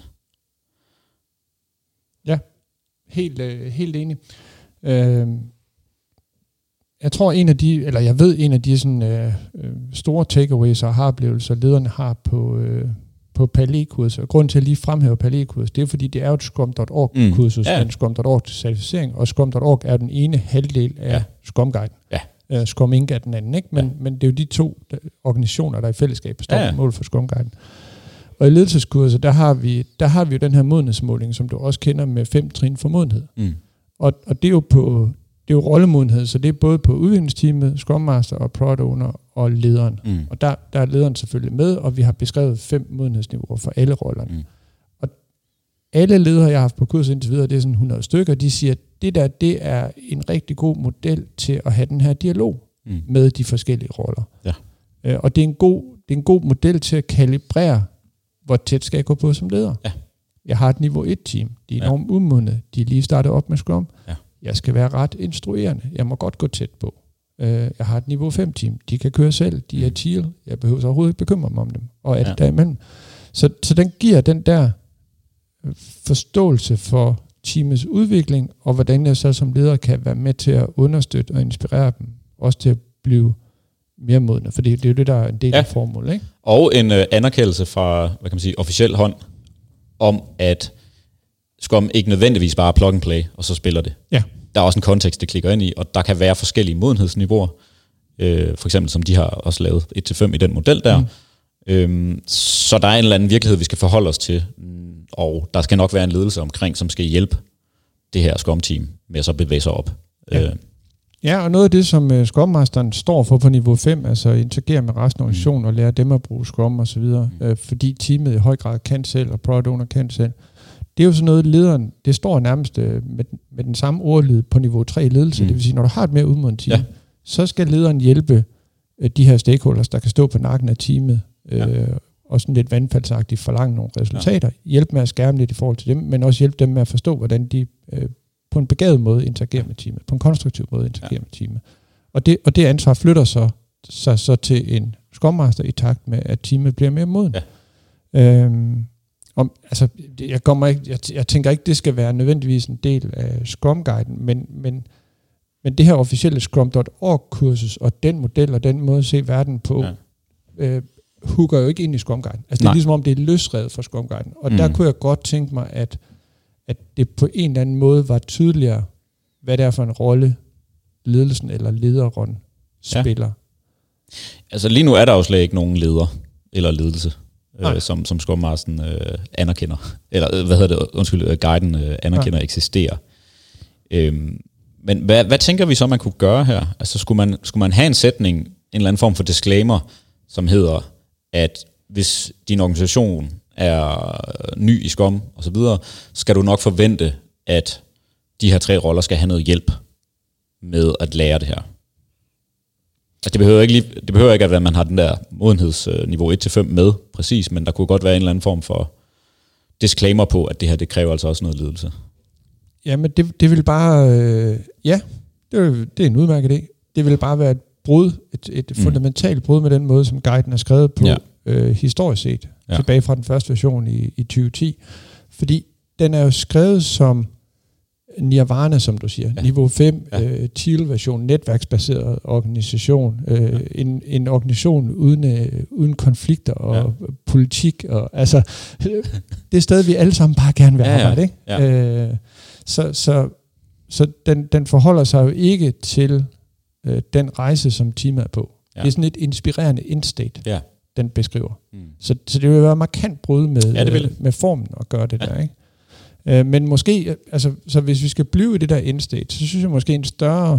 Ja, helt, øh, helt enig. Øh, jeg tror en af de, eller jeg ved en af de sådan, øh, store takeaways og har-oplevelser, lederne har på øh, på P L E-kurset, og grunden til at lige fremhæve P L E-kurset, det er fordi, det er jo et Scrum punktum org-kursus, mm. ja. En Scrum punktum org-certificering, og Scrum punktum org er den ene halvdel af ja. Scrum-guiden. Ja. Uh, Scrum Inc er den anden, ikke? Men, ja. men det er jo de to der, organisationer, der i fællesskab står ja. mål for Scrum-guiden. Og i ledelseskurset, der har vi, der har vi jo den her modenhedsmåling, som du også kender med fem trin for modenhed. Mm. Og, og det er jo på det er jo rollemodenhed, så det er både på udviklingsteamet, Scrum Master og Product Owner og lederen. Mm. Og der, der er lederen selvfølgelig med, og vi har beskrevet fem modenhedsniveauer for alle rollerne. Mm. Og alle ledere, jeg har haft på kurs indtil videre, det er sådan hundrede stykker, de siger, at det der, det er en rigtig god model til at have den her dialog mm. med de forskellige roller. Ja. Øh, og det er, en god, det er en god model til at kalibrere, hvor tæt skal jeg gå på som leder. Ja. Jeg har et niveau et team, de er enormt ja. umodne, de er lige startet op med Scrum. Ja. Jeg skal være ret instruerende, jeg må godt gå tæt på. Øh, jeg har et niveau fem team, de kan køre selv, de mm. er teal, jeg behøver så overhovedet ikke bekymre mig om dem, og alt ja. derimellem. Så, så den giver den der forståelse for teamets udvikling, og hvordan jeg så som leder kan være med til at understøtte og inspirere dem, også til at blive mere modne, for det, det er jo det, der er en del ja. af formålet, ikke? Og en øh, anerkendelse fra, hvad kan man sige, officiel hånd, om at Scrum ikke nødvendigvis bare plug and play, og så spiller det. Ja. Der er også en kontekst, det klikker ind i, og der kan være forskellige modenhedsniveauer, øh, for eksempel som de har også lavet et til fem i den model der. Mm. Øhm, så der er en eller anden virkelighed, vi skal forholde os til, og der skal nok være en ledelse omkring, som skal hjælpe det her Scrum-team med at så bevæge sig op. Ja, øh. ja og noget af det, som uh, Scrum Masteren står for på niveau fem, altså interagere med resten af organisationen mm. og lære dem at bruge Scrum og så videre, mm. øh, fordi teamet i høj grad kan selv, og product owner kan selv. Det er jo sådan noget, lederen, det står nærmest øh, med, med den samme ordlyd på niveau tre ledelse, mm. det vil sige, når du har et mere udmodet team, ja. så skal lederen hjælpe øh, de her stakeholders, der kan stå på nakken af teamet, Ja. Øh, og sådan lidt vandfaldsagtigt forlange nogle resultater, ja. hjælpe med at skærme lidt i forhold til dem, men også hjælpe dem med at forstå, hvordan de øh, på en begavet måde interagerer ja. med teamet, på en konstruktiv måde interagerer ja. med teamet. Og det, og det ansvar flytter sig så, så til en Scrum Master i takt med, at teamet bliver mere moden. Ja. Øhm, om, altså, jeg, kommer ikke, jeg, jeg tænker ikke, det skal være nødvendigvis en del af Scrum-guiden, men, men, men det her officielle Scrum punktum org-kursus, og den model og den måde at se verden på, ja. øh, hugger jo ikke ind i Scrum-guiden. Altså det er Nej. ligesom om, det er løsredet fra Scrum-guiden. Og mm. der kunne jeg godt tænke mig, at, at det på en eller anden måde var tydeligere, hvad det er for en rolle ledelsen eller lederrollen spiller. Ja. Altså lige nu er der jo slet ikke nogen leder eller ledelse, øh, som, som Scrum Masteren øh, anerkender. Eller øh, hvad hedder det? Undskyld, øh, guiden øh, anerkender ja. eksisterer. Øhm, men hvad, hvad tænker vi så, man kunne gøre her? Altså skulle man, skulle man have en sætning, en eller anden form for disclaimer, som hedder, at hvis din organisation er ny i Scrum og så videre, skal du nok forvente, at de her tre roller skal have noget hjælp med at lære det her. Altså det behøver ikke, lige, det behøver ikke at man har den der modenhedsniveau et til fem med, præcis, men der kunne godt være en eller anden form for disclaimer på, at det her, det kræver altså også noget ledelse. Jamen det, det vil bare, øh, ja, det, det er en udmærket idé. Det vil bare være et brud, et, et mm. fundamentalt brud med den måde, som guiden er skrevet på, ja. øh, historisk set, ja. tilbage fra den første version i, i tyve ti. Fordi den er jo skrevet som Nirvana, som du siger, ja. niveau fem, ja. øh, teal-version, netværksbaseret organisation, øh, ja. en, en organisation uden, øh, uden konflikter og ja. politik, og altså, det er sted, vi alle sammen bare gerne vil arbejde, ja, ja. ikke? Ja. Øh, så så, så den, den forholder sig jo ikke til øh, den rejse, som teamet er på. Ja. Det er sådan et inspirerende indstate, ja. den beskriver. Mm. Så, så det vil være markant brud med, ja, øh, med formen at gøre det ja. der, ikke? Øh, men måske, altså, så hvis vi skal blive i det der endstate, så synes jeg måske en større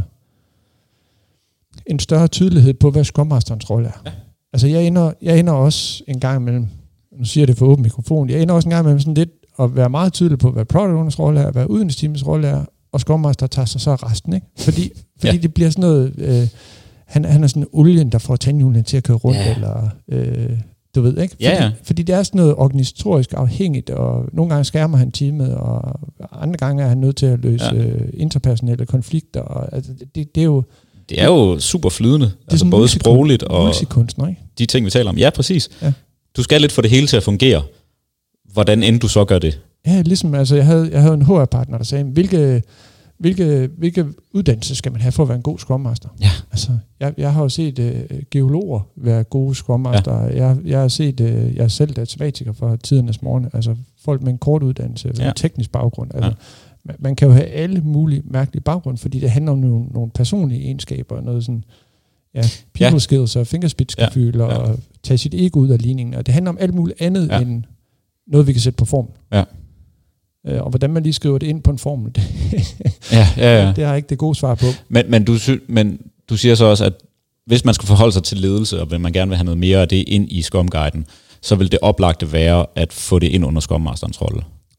en større tydelighed på, hvad Scrum Masterens rolle er. Ja. Altså, jeg ender, jeg ender også en gang imellem, nu siger jeg det for åben mikrofon, jeg ender også en gang imellem sådan lidt at være meget tydelig på, hvad Product Owners rolle er, hvad uddannelsesteamets rolle er, og Scrum Master tager sig så resten, ikke? Fordi, fordi ja. det bliver sådan noget, øh, han, han er sådan olien, der får tandhjulene til at køre rundt, ja. eller... Øh, du ved, ikke? Fordi, ja, ja. fordi det er sådan noget organisatorisk afhængigt, og nogle gange skærmer han teamet, og andre gange er han nødt til at løse ja. øh, interpersonelle konflikter. Og, altså, det, det er jo... Det er jo super flydende, det altså både multikun- sprogligt og ikke? de ting, vi taler om. Ja, præcis. Ja. Du skal lidt få det hele til at fungere. Hvordan end du så gør det? Ja, ligesom, altså, jeg havde, jeg havde en H R-partner, der sagde, hvilke... Hvilke, hvilke uddannelse skal man have for at være en god Scrum Master? Ja. Altså, jeg, jeg har jo set uh, geologer være gode Scrum Master. Ja. Jeg, jeg har set, uh, jeg er selv datamatiker fra tidernes morgen, altså folk med en kort uddannelse, ja. en teknisk baggrund. Altså, ja. man, man kan jo have alle mulige mærkelige baggrunde, fordi det handler om nogle, nogle personlige egenskaber, noget sådan, ja, people ja. skills og fingerspidsgefühl, ja. og tage sit ego ud af ligningen, og det handler om alt muligt andet ja. end noget, vi kan sætte på form. Ja. Og hvordan man lige skriver det ind på en formel, det, ja, ja, ja. det har jeg ikke det gode svar på. Men, men, du, men du siger så også, at hvis man skal forholde sig til ledelse, og vil man gerne vil have noget mere af det ind i Scrum-guiden, så vil det oplagte være at få det ind under Scrum Masterens rolle.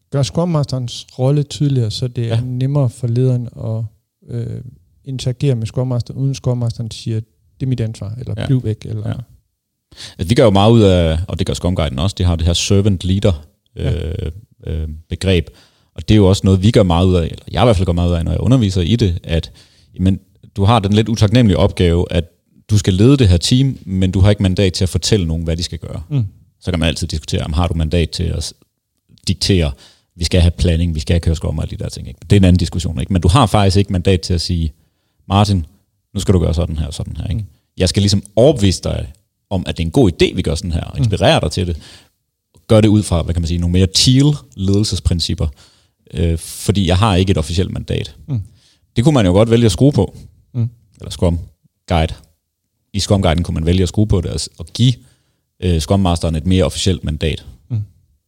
gør Scrum Masterens rolle tydeligere, så det er ja. nemmere for lederen at øh, interagere med Scrum Master, uden Scrum Masteren siger, det er mit ansvar, eller ja. bliv væk. Eller... Ja. Vi gør jo meget ud af, og det gør Scrum Guiden også, de har det her servant leader ja. øh, øh, begreb, og det er jo også noget, vi gør meget ud af, eller jeg i hvert fald gør meget ud af, når jeg underviser i det, at jamen, du har den lidt utaknemmelige opgave, at du skal lede det her team, men du har ikke mandat til at fortælle nogen, hvad de skal gøre. Mm. Så kan man altid diskutere, om har du mandat til at diktere, vi skal have planning, vi skal have køre Scrum og alle de der ting. Ikke? Det er en anden diskussion, ikke? Men du har faktisk ikke mandat til at sige, Martin, nu skal du gøre sådan her og sådan her. Ikke? Mm. Jeg skal ligesom overbevise dig om, at det er en god idé, vi gør sådan her, og inspirere dig til det. Gør det ud fra, hvad kan man sige, nogle mere teal ledelsesprincipper, øh, fordi jeg har ikke et officielt mandat. Mm. Det kunne man jo godt vælge at skrue på, mm. eller Scrum Guide. I Scrum Guiden kunne man vælge at skrue på det, og give øh, Scrum Masteren et mere officielt mandat. Mm.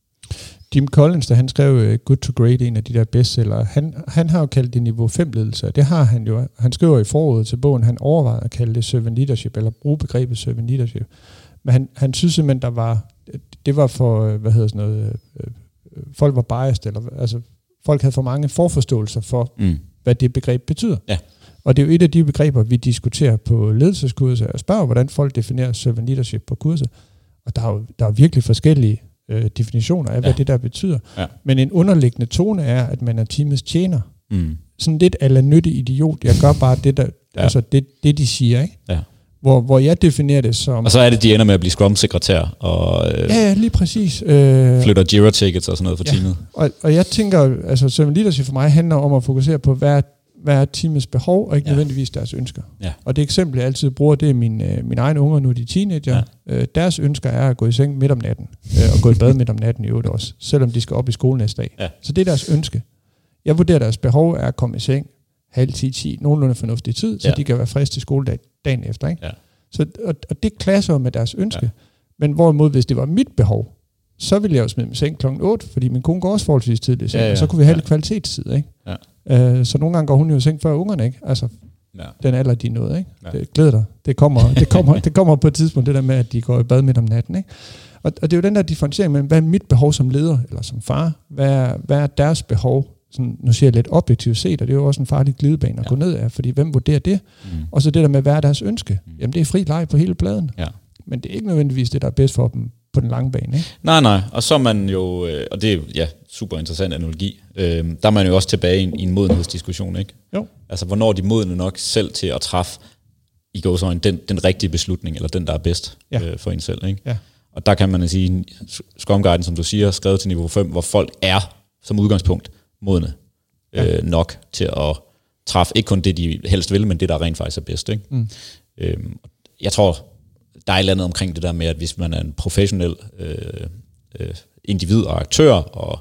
Jim Collins, da han skrev uh, Good to Great, en af de der bestsellere, han, han har jo kaldt det niveau fem ledelse, det har han jo. Han skriver i forordet til bogen, han overvejede at kalde det servant leadership, eller bruge begrebet servant leadership. Men han, han synes simpelthen, der var, det var for, hvad hedder sådan noget, øh, folk var biased, eller altså folk havde for mange forforståelser for, mm. hvad det begreb betyder. Ja. Og det er jo et af de begreber, vi diskuterer på ledelseskurser, og spørger, hvordan folk definerer servant leadership på kurset. Og der er jo der er virkelig forskellige øh, definitioner af, hvad ja. det der betyder. Ja. Men en underliggende tone er, at man er teamets tjener. Mm. Sådan lidt a la nyttig idiot. Jeg gør bare det, der, ja. altså det, det de siger, ikke? Ja. Hvor, hvor jeg definerer det som... Og så er det, de ender med at blive Scrum-sekretær og øh, ja, ja, lige præcis. Øh, flytter Jira-tickets og sådan noget for ja. teamet. Og, og jeg tænker, altså servant leadership for mig handler om at fokusere på, hvad er, hvad er teamets behov, og ikke ja. nødvendigvis deres ønsker. Ja. Og det eksempel, jeg altid bruger, det er mine, mine egne unger, nu er de teenager. Ja. Øh, deres ønsker er at gå i seng midt om natten, øh, og gå i bad midt om natten i øvrigt også, selvom de skal op i skole næste dag. Ja. Så det er deres ønske. Jeg vurderer, deres behov er at komme i seng halv ti, ti, nogenlunde fornuftig tid, så ja. de kan være friske til skoledag dagen efter. Ikke? Ja. Så, og, og det klasser med deres ønske. Ja. Men hvorimod, hvis det var mit behov, så ville jeg jo smide mig i seng klokken otte, fordi min kone går også forholdsvis tidligt, ja, ja, og så kunne vi have ja. lidt kvalitetstid. Ikke? Ja. Øh, så nogle gange går hun jo i seng før ungerne, ikke? Altså, ja. den alder, de er nået, ikke? Ja. Det glæder dig. Det kommer, det, kommer, det kommer på et tidspunkt, det der med, at de går i bad midt om natten, ikke? Og, og det er jo den der differentiering mellem, hvad er mit behov som leder, eller som far? Hvad er, hvad er deres behov? Sådan, nu siger jeg lidt objektivt set, og det er jo også en farlig glidebane at ja. gå ned af, fordi hvem vurderer det? Mm. Og så det der med, hvad er deres ønske? Mm. Jamen det er fri leg på hele pladen. Ja. Men det er ikke nødvendigvis det, der er bedst for dem på den lange bane, ikke? Nej, nej. Og så er man jo, og det er ja, super interessant analogi, øh, der er man jo også tilbage i en, i en modenhedsdiskussion, ikke? Jo. Altså, hvornår er de modne nok selv til at træffe i gåseøjne den, den rigtige beslutning, eller den, der er bedst ja. øh, for en selv, ikke? Ja. Og der kan man sige, Scrum Guiden, som du siger, skrevet til niveau fem, hvor folk er som udgangspunkt modne ja. øh, nok til at træffe ikke kun det, de helst vil, men det, der rent faktisk er bedst, ikke? Mm. Øhm, jeg tror, der er et eller andet omkring det der med, at hvis man er en professionel øh, øh, individ og aktør, og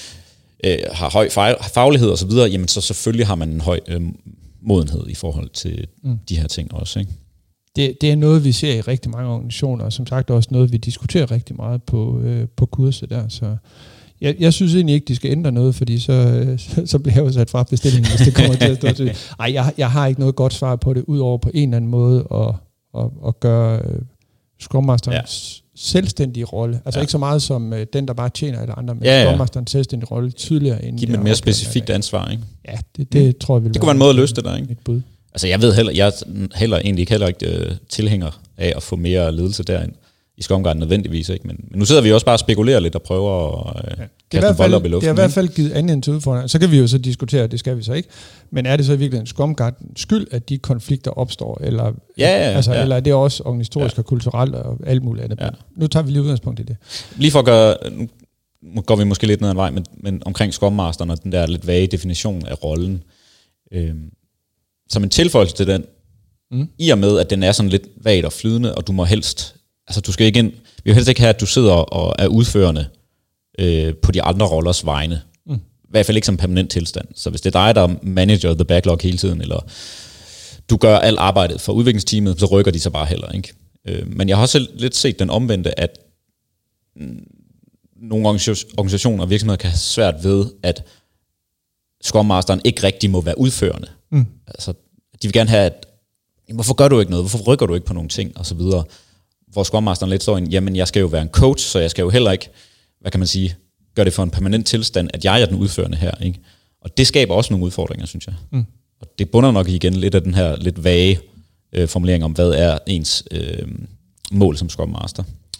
øh, har høj faglighed og så videre, jamen så selvfølgelig har man en høj øh, modenhed i forhold til mm. de her ting også, ikke? Det, det er noget, vi ser i rigtig mange organisationer, og som sagt også noget, vi diskuterer rigtig meget på, øh, på kurset der, så jeg, jeg synes egentlig ikke, de skal ændre noget, fordi så, så, så bliver jeg jo sat fra bestillingen, hvis det kommer til at stå til. Ej, jeg, jeg har ikke noget godt svar på det, udover på en eller anden måde at, at, at gøre øh, Scrum Masterens ja. selvstændige rolle. Altså ja. ikke så meget som øh, den, der bare tjener eller andre, men ja, ja. Scrum Masterens selvstændige rolle tydeligere. End giv dem et mere specifikt ansvar, ikke? Ja, det, det mm. tror jeg vil det kunne være en måde at løse det der, ikke? Et bud. Altså jeg ved heller, jeg er heller egentlig ikke heller ikke øh, tilhænger af at få mere ledelse derind i Scrum Guiden nødvendigvis, ikke? Men, men nu sidder vi også bare og spekulerer lidt og prøver at øh, ja. kaste bold op i luften. Det har i hvert fald givet anledning til udfordringer. Så kan vi jo så diskutere, det skal vi så ikke. Men er det så i virkeligheden Scrum Guidens skyld, at de konflikter opstår? Eller, ja, ja, altså, ja. eller er det også organisatorisk ja. og kulturelt og alt muligt andet? Ja. Nu tager vi lige udgangspunkt i det. Lige for at gøre, nu går vi måske lidt ned ad en vej, men, men omkring Scrum Masteren og den der lidt vage definition af rollen. Øh, som en tilføjelse til den, mm. i og med, at den er sådan lidt vagt og flydende, og du må helst, altså du skal ikke ind, vi vil helst ikke have, at du sidder og er udførende øh, på de andre rollers vegne. Mm. I hvert fald ikke som permanent tilstand. Så hvis det er dig, der manager the backlog hele tiden, eller du gør alt arbejdet for udviklingsteamet, så rykker de sig bare heller, ikke? Øh, men jeg har også lidt set den omvendte, at mm, nogle organisationer og virksomheder kan have svært ved, at Scrum Masteren ikke rigtig må være udførende. Mm. Altså, de vil gerne have, at hvorfor gør du ikke noget? Hvorfor rykker du ikke på nogle ting? Og så videre. Hvor Scrum Masteren lidt står ind, jamen jeg skal jo være en coach, så jeg skal jo heller ikke, hvad kan man sige, gør det for en permanent tilstand, at jeg er den udførende her, ikke? Og det skaber også nogle udfordringer, synes jeg. Mm. Og det bunder nok igen lidt af den her lidt vage øh, formulering om, hvad er ens øh, mål som Scrum Master.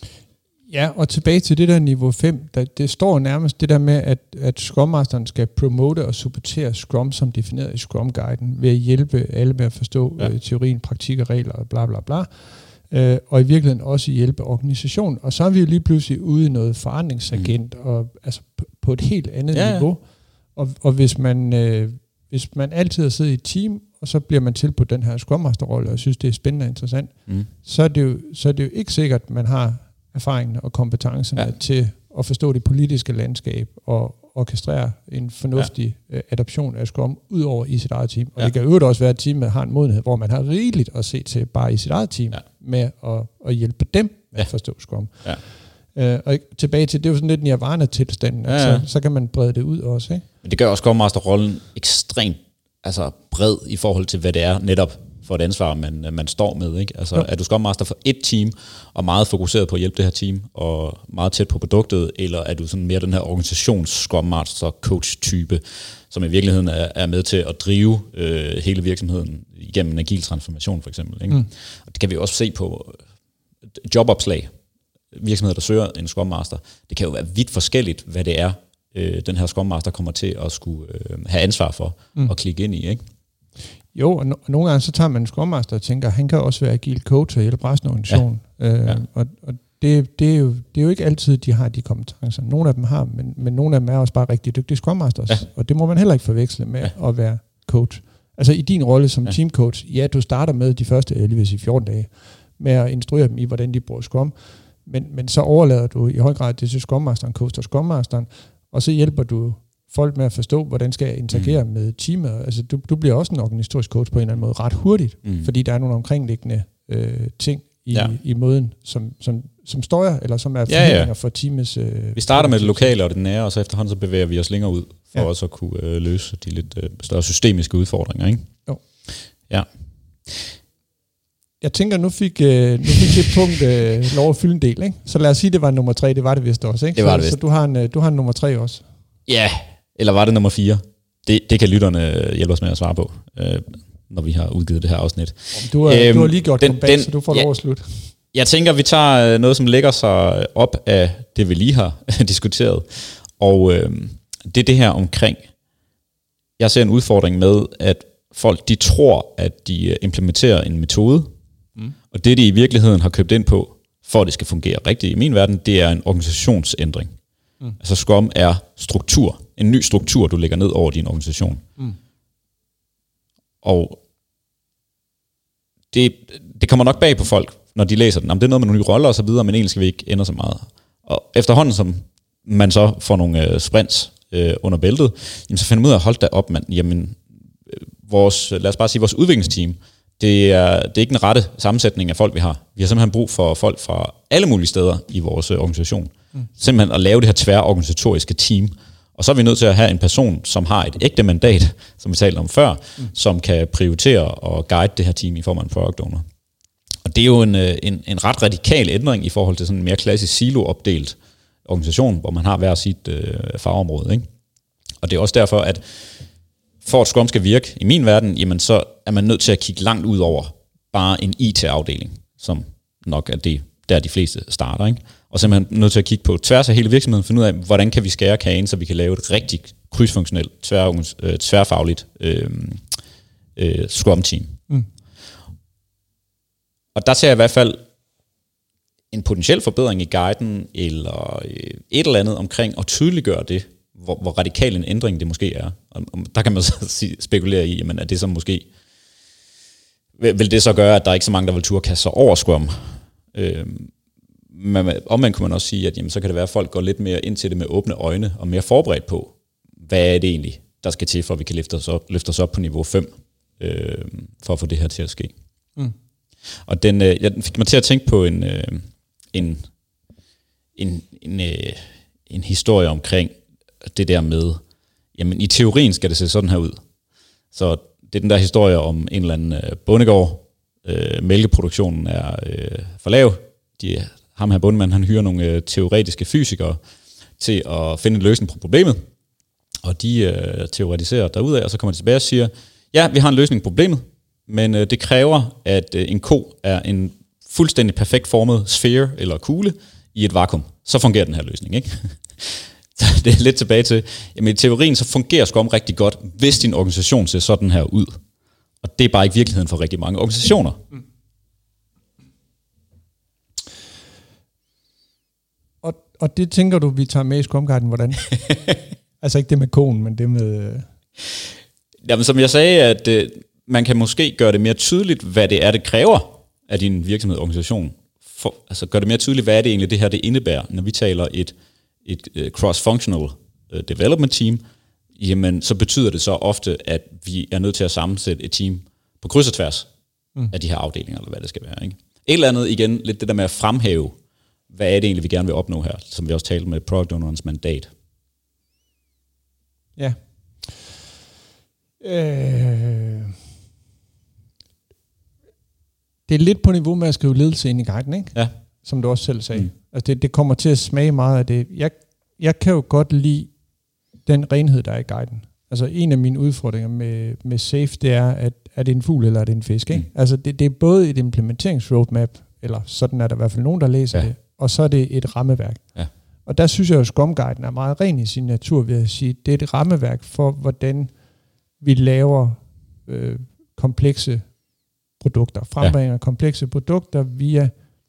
Ja, og tilbage til det der niveau fem, der, det står nærmest det der med, at, at Scrum Masteren skal promote og supportere Scrum, som defineret i Scrum-guiden, ved at hjælpe alle med at forstå ja. øh, teorien, praktik og regler og bla bla bla. Øh, og i virkeligheden også hjælpe organisationen. Og så er vi jo lige pludselig ude i noget forandringsagent, mm. og altså på, på et helt andet ja, niveau. Og, og hvis man øh, hvis man altid har siddet i et team, og så bliver man tilbudt den her Scrum Master-rolle, og synes, det er spændende og interessant, mm. så, er det jo, så er det jo ikke sikkert, at man har erfaringen og kompetencerne ja. til at forstå det politiske landskab og orkestrere en fornuftig ja. adoption af Scrum ud over i sit eget team. Og ja. det kan jo også være, at teamet har en modenhed, hvor man har rigeligt at se til bare i sit eget team ja. med at, at hjælpe dem med ja. at forstå Scrum. Ja. Uh, og tilbage til, det er jo sådan lidt nirvana-tilstanden, ja, ja. Så, så kan man brede det ud også. Ikke? Men det gør også Scrum Master-rollen ekstremt altså bred i forhold til, hvad det er netop for et ansvar, man, man står med. Ikke? Altså, er du Scrum Master for et team, og meget fokuseret på at hjælpe det her team, og meget tæt på produktet, eller er du sådan mere den her organisations Scrum Master coach-type, som i virkeligheden er, er med til at drive øh, hele virksomheden igennem en agil transformation, for eksempel. Ikke? Mm. Og det kan vi også se på jobopslag. Virksomheder, der søger en Scrum Master, det kan jo være vidt forskelligt, hvad det er, øh, den her Scrum Master kommer til at skulle øh, have ansvar for, mm. og klikke ind i, ikke? Jo, og, no- og nogle gange så tager man en Scrum Master og tænker, han kan også være agil coach og hjælpe resten af organisationen. Ja. Øh, ja. Og, og det, det, er jo, det er jo ikke altid, de har de kompetencer. Nogle af dem har, men, men nogle af dem er også bare rigtig dygtige Scrum Masters. Ja. Og det må man heller ikke forveksle med ja. at være coach. Altså i din rolle som ja. teamcoach, ja, du starter med de første, jeg lige vil sige fjorten dage, med at instruere dem i, hvordan de bruger Scrum. Men, men så overlader du i høj grad det til Scrum Masteren, coach og Scrum Masteren, og så hjælper du folk med at forstå, hvordan skal jeg interagere mm. med teamet. Altså, du, du bliver også en organisatorisk coach på en eller anden måde ret hurtigt, mm. fordi der er nogle omkringliggende øh, ting i, ja. i måden, som, som, som støjer, eller som er forhindringer ja, ja. for teamets... Øh, vi starter med det lokale og det nære, og så efterhånden så bevæger vi os længere ud, for ja. også at kunne øh, løse de lidt øh, større systemiske udfordringer, ikke? Jo. Ja. Jeg tænker, nu fik, øh, nu fik det punkt øh, lov at fylde en del, ikke? Så lad os sige, det var nummer tre, det var det vist også, ikke? Det var så, det vist. Så du har, en, du har en nummer tre også. Ja, eller var det nummer fire? Det, det kan lytterne hjælpe os med at svare på, øh, når vi har udgivet det her afsnit. Du har, øhm, du har lige gjort den, den, så du får ja, lov at slutte. Jeg tænker, vi tager noget, som lægger sig op af det, vi lige har diskuteret. Og øh, det er det her omkring, jeg ser en udfordring med, at folk de tror, at de implementerer en metode, mm. og det de i virkeligheden har købt ind på, for at det skal fungere rigtigt i min verden, det er en organisationsændring. Mm. Altså Scrum er struktur. En ny struktur, du lægger ned over din organisation. Mm. Og det, det kommer nok bag på folk, når de læser den. Jamen, det er noget med nogle nye roller og så videre, men egentlig skal vi ikke ændre så meget. Og efterhånden, som man så får nogle øh, sprints øh, under bæltet, jamen, så finder man ud af at holde da op, man. Jamen, vores, lad os bare sige, vores udviklingsteam, det er, det er ikke den rette sammensætning af folk, vi har. Vi har simpelthen brug for folk fra alle mulige steder i vores øh, organisation. Mm. Simpelthen at lave det her tværorganisatoriske team. Og så er vi nødt til at have en person, som har et ægte mandat, som vi talte om før, mm. som kan prioritere og guide det her team i form af en product owner. Og det er jo en, en, en ret radikal ændring i forhold til sådan en mere klassisk silo-opdelt organisation, hvor man har hver sit øh, fagområde, ikke? Og det er også derfor, at for at Scrum skal virke i min verden, jamen så er man nødt til at kigge langt ud over bare en I T-afdeling, som nok er det, der de fleste starter, ikke? Og så er man nødt til at kigge på tværs af hele virksomheden, finde ud af, hvordan kan vi skære kagen, så vi kan lave et rigtig krydsfunktionelt, tvær, øh, tværfagligt øh, øh, Scrum-team. Mm. Og der ser jeg i hvert fald en potentiel forbedring i guiden, eller øh, et eller andet omkring at tydeliggøre det, hvor, hvor radikal en ændring det måske er. Og, og der kan man så spekulere i, jamen, at det så måske, vil, vil det så gøre, at der er ikke så mange, der vil turde kaste sig over Scrum. Øh, Men omvendt kunne man også sige, at jamen, så kan det være, at folk går lidt mere ind til det med åbne øjne, og mere forberedt på, hvad er det egentlig, der skal til, for at vi kan løfte os op, løfte os op på niveau fem, øh, for at få det her til at ske. Mm. Og den, øh, jeg fik mig til at tænke på en, øh, en, en, en, øh, en historie omkring det der med, jamen i teorien skal det se sådan her ud. Så det er den der historie om en eller anden øh, bondegård, øh, mælkeproduktionen er øh, for lav, de ham her bundmand, han hyrer nogle øh, teoretiske fysikere til at finde en løsning på problemet. Og de øh, teoretiserer derudad, og så kommer de tilbage og siger, ja, vi har en løsning på problemet, men øh, det kræver, at øh, en ko er en fuldstændig perfekt formet sfære eller kugle i et vakuum. Så fungerer den her løsning, ikke? Så det er lidt tilbage til, jamen i teorien så fungerer Scrum rigtig godt, hvis din organisation ser sådan her ud. Og det er bare ikke virkeligheden for rigtig mange organisationer. Mm. Og, og det tænker du, vi tager med i Scrum Guiden, hvordan? Altså ikke det med konen, men det med... Jamen som jeg sagde, at øh, man kan måske gøre det mere tydeligt, hvad det er, det kræver af din virksomhed og organisation. For, altså gør det mere tydeligt, hvad er det egentlig, det her det indebærer, når vi taler et, et uh, cross-functional uh, development team, jamen så betyder det så ofte, at vi er nødt til at sammensætte et team på kryds og tværs mm. af de her afdelinger, eller hvad det skal være. Ikke? Et eller andet igen, lidt det der med at fremhæve, hvad er det egentlig, vi gerne vil opnå her, som vi også talte med product ownerens mandat. Ja. Øh... Det er lidt på niveau med at skrive ledelse ind i guiden, ikke? Ja. Som du også selv sagde. Mm. Altså det, det kommer til at smage meget af det. Jeg, jeg kan jo godt lide den renhed, der er i guiden. Altså en af mine udfordringer med, med SAFe, det er, at er det en fugl eller er det en fisk, ikke? Mm. Altså det, det er både et implementeringsroadmap, eller sådan er der i hvert fald nogen, der læser ja. det, og så er det et rammeværk. Ja. Og der synes jeg jo, at Scrum Guiden er meget ren i sin natur, ved at sige, det er et rammeværk for, hvordan vi laver øh, komplekse produkter, frembringer ja. komplekse produkter via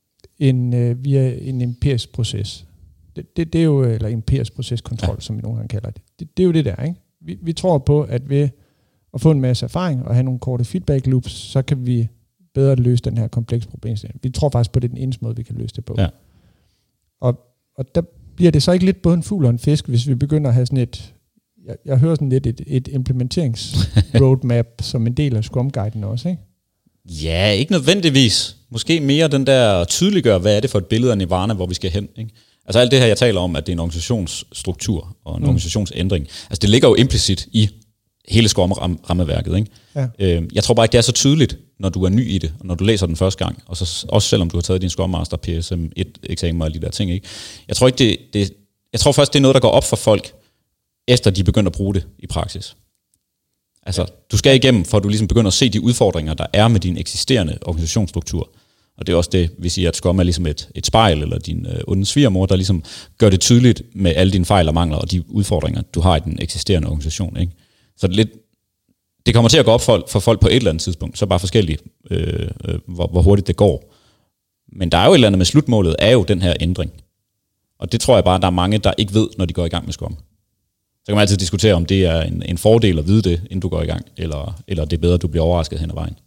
en, øh, via en empirisk proces. Det, det, det er jo, eller empirisk proceskontrol, ja. som vi nogle gange kalder det. det. Det er jo det der, ikke? Vi, vi tror på, at ved at få en masse erfaring og have nogle korte feedback loops, så kan vi bedre løse den her komplekse problemstilling. Vi tror faktisk på, det er den eneste måde, vi kan løse det på. Ja. Og, og der bliver det så ikke lidt både en fugl og en fisk, hvis vi begynder at have sådan et, jeg, jeg hører sådan lidt et, et implementeringsroadmap som en del af Scrum Guiden også, ikke? Ja, ikke nødvendigvis. Måske mere den der tydeliggør, hvad er det for et billede af Nirvana, hvor vi skal hen, ikke? Altså alt det her, jeg taler om, at det er en organisationsstruktur og en mm. organisationsændring. Altså det ligger jo implicit i hele Scrum-rammeværket, ikke? Ja. Øh, jeg tror bare ikke, det er så tydeligt, når du er ny i det, og når du læser den første gang, og så også selvom du har taget din Scrum Master, P S M et eksamen og alle de der ting, ikke? Jeg tror ikke, det, det, jeg tror først, det er noget, der går op for folk, efter de begynder at bruge det i praksis. Altså, du skal igennem, for at du ligesom begynder at se de udfordringer, der er med din eksisterende organisationsstruktur. Og det er også det, vi siger, at Scrum er ligesom et, et spejl, eller din øh, onde svigermor, der ligesom gør det tydeligt med alle dine fejl og mangler, og de udfordringer, du har i den eksisterende organisation, ikke? Så det, er lidt, det kommer til at gå op for, for folk på et eller andet tidspunkt, så bare forskelligt, øh, øh, hvor, hvor hurtigt det går. Men der er jo et eller andet med slutmålet, er jo den her ændring. Og det tror jeg bare, der er mange, der ikke ved, når de går i gang med Scrum. Så kan man altid diskutere, om det er en, en fordel at vide det, inden du går i gang, eller, eller det er bedre, at du bliver overrasket hen ad vejen.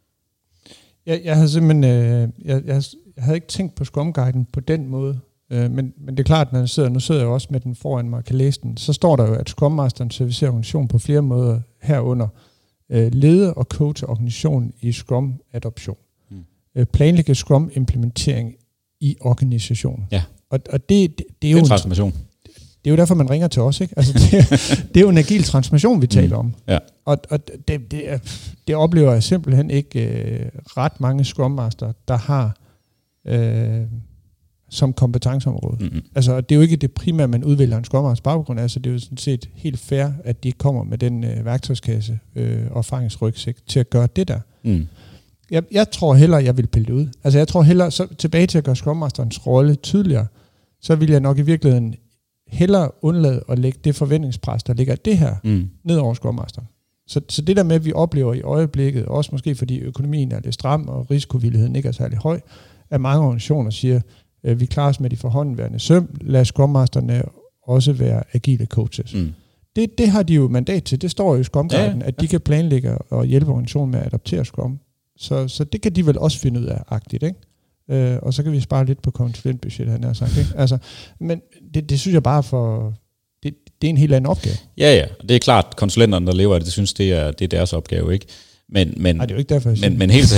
Jeg, jeg havde simpelthen øh, jeg, jeg, jeg havde ikke tænkt på Scrum Guiden på den måde, øh, men, men det er klart, når jeg sidder, nu sidder jeg også med den foran mig og kan læse den, så står der jo, at Scrum Masteren servicerer organisationen på flere måder herunder. Øh, leder og coacher organisationen i Scrum-adoption. Hmm. Øh, planlægge Scrum-implementering i organisationen. Ja. Og, og det, det, det er jo en transformation. Det er jo derfor, man ringer til os, ikke? Altså, det, det er jo en agil transformation, vi taler om. Ja. Og, og det, det, er, det oplever jeg simpelthen ikke øh, ret mange Scrum Master, der har øh, som kompetenceområde. Mm-hmm. Altså, det er jo ikke det primære, man udvælger en Scrum Master baggrund. Altså, det er jo sådan set helt fair, at de kommer med den øh, værktøjskasse øh, og erfaringsrygsæk til at gøre det der. Mm. Jeg, jeg tror hellere, jeg vil pille det ud. Altså, jeg tror hellere, så tilbage til at gøre Scrum Masterens rolle tydeligere, så vil jeg nok i virkeligheden hellere undlade at lægge det forventningspres, der ligger det her, mm. ned over Scrum Master. Så, så det der med, at vi oplever i øjeblikket, også måske fordi økonomien er lidt stram, og risikovilligheden ikke er særlig høj, at mange organisationer siger, at vi klarer os med de forhåndenværende søm, lad Scrum Masterne også være agile coaches. Mm. Det, det har de jo mandat til, det står jo i Scrum Guiden, ja, at de ja. kan planlægge og hjælpe organisationen med at adaptere Scrum. Så, så det kan de vel også finde ud af agtigt, ikke? Øh, og så kan vi spare lidt på konsulentbudget, han har sagt, ikke? Altså, men det, det synes jeg bare for det, det er en helt anden opgave. Ja, ja. Det er klart, at konsulenterne, der lever af det, det synes, det er, det er deres opgave, ikke? Men, men, Ej, det er jo ikke derfor, jeg men, men, helt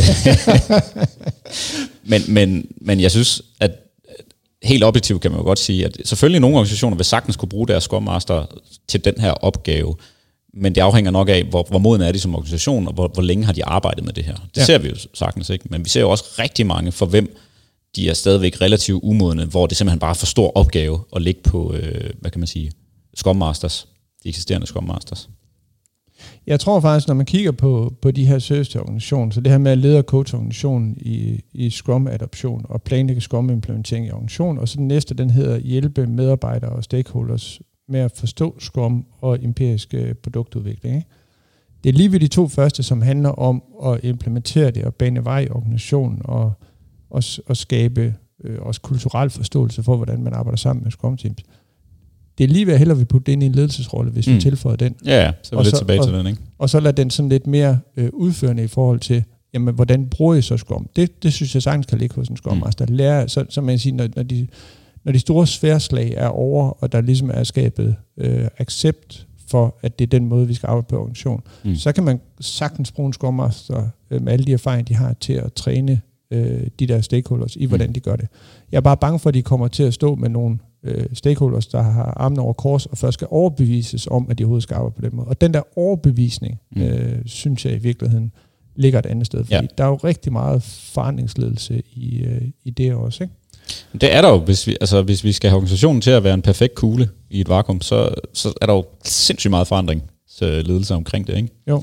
men, men, men jeg synes, at helt objektivt kan man jo godt sige, at selvfølgelig nogle organisationer vil sagtens kunne bruge deres Scrum Master til den her opgave, men det afhænger nok af, hvor, hvor moden er de som organisation, og hvor, hvor længe har de arbejdet med det her. Det ja. ser vi jo sagtens, ikke? Men vi ser jo også rigtig mange, for hvem de er stadigvæk relativt umodne, hvor det simpelthen bare er for stor opgave at ligge på, øh, hvad kan man sige, Scrum Masters, de eksisterende Scrum Masters. Jeg tror faktisk, når man kigger på, på de her service til organisationen, så det her med at lede og coach organisationen i, i Scrum-adoption og planlægge Scrum-implementering i organisationen, og så den næste, den hedder hjælpe medarbejdere og stakeholders med at forstå Scrum og empirisk produktudvikling. Ikke? Det er lige ved de to første, som handler om at implementere det og bane vej i organisationen og, og, og skabe øh, også kulturel forståelse for, hvordan man arbejder sammen med Scrum-teams. Det er lige ved at hellere vi putte det ind i en ledelsesrolle, hvis mm. vi tilføjer den. Ja, ja, så er vi lidt tilbage og, til den, ikke? Og så lade den sådan lidt mere øh, udførende i forhold til, jamen, hvordan bruger I så Scrum? Det, det synes jeg sagtens kan ligge hos en Scrum Master. Mm. Lære, så, så man siger, når, når, de, når de store sværslag er over, og der ligesom er skabet øh, accept for, at det er den måde, vi skal arbejde på organisation, mm. så kan man sagtens bruge en Scrum Master øh, med alle de erfaringer, de har til at træne øh, de der stakeholders i, hvordan mm. de gør det. Jeg er bare bange for, at de kommer til at stå med nogle stakeholders, der har armene over kors, og først skal overbevises om, at de overhovedet skal arbejde på den måde. Og den der overbevisning, mm. øh, synes jeg i virkeligheden, ligger et andet sted. Fordi ja. Der er jo rigtig meget forandringsledelse i, øh, i det også, ikke? Det er der jo, hvis vi, altså, hvis vi skal have organisationen til at være en perfekt kugle i et vakuum, så, så er der jo sindssygt meget forandring ledelse omkring det, ikke? Jo.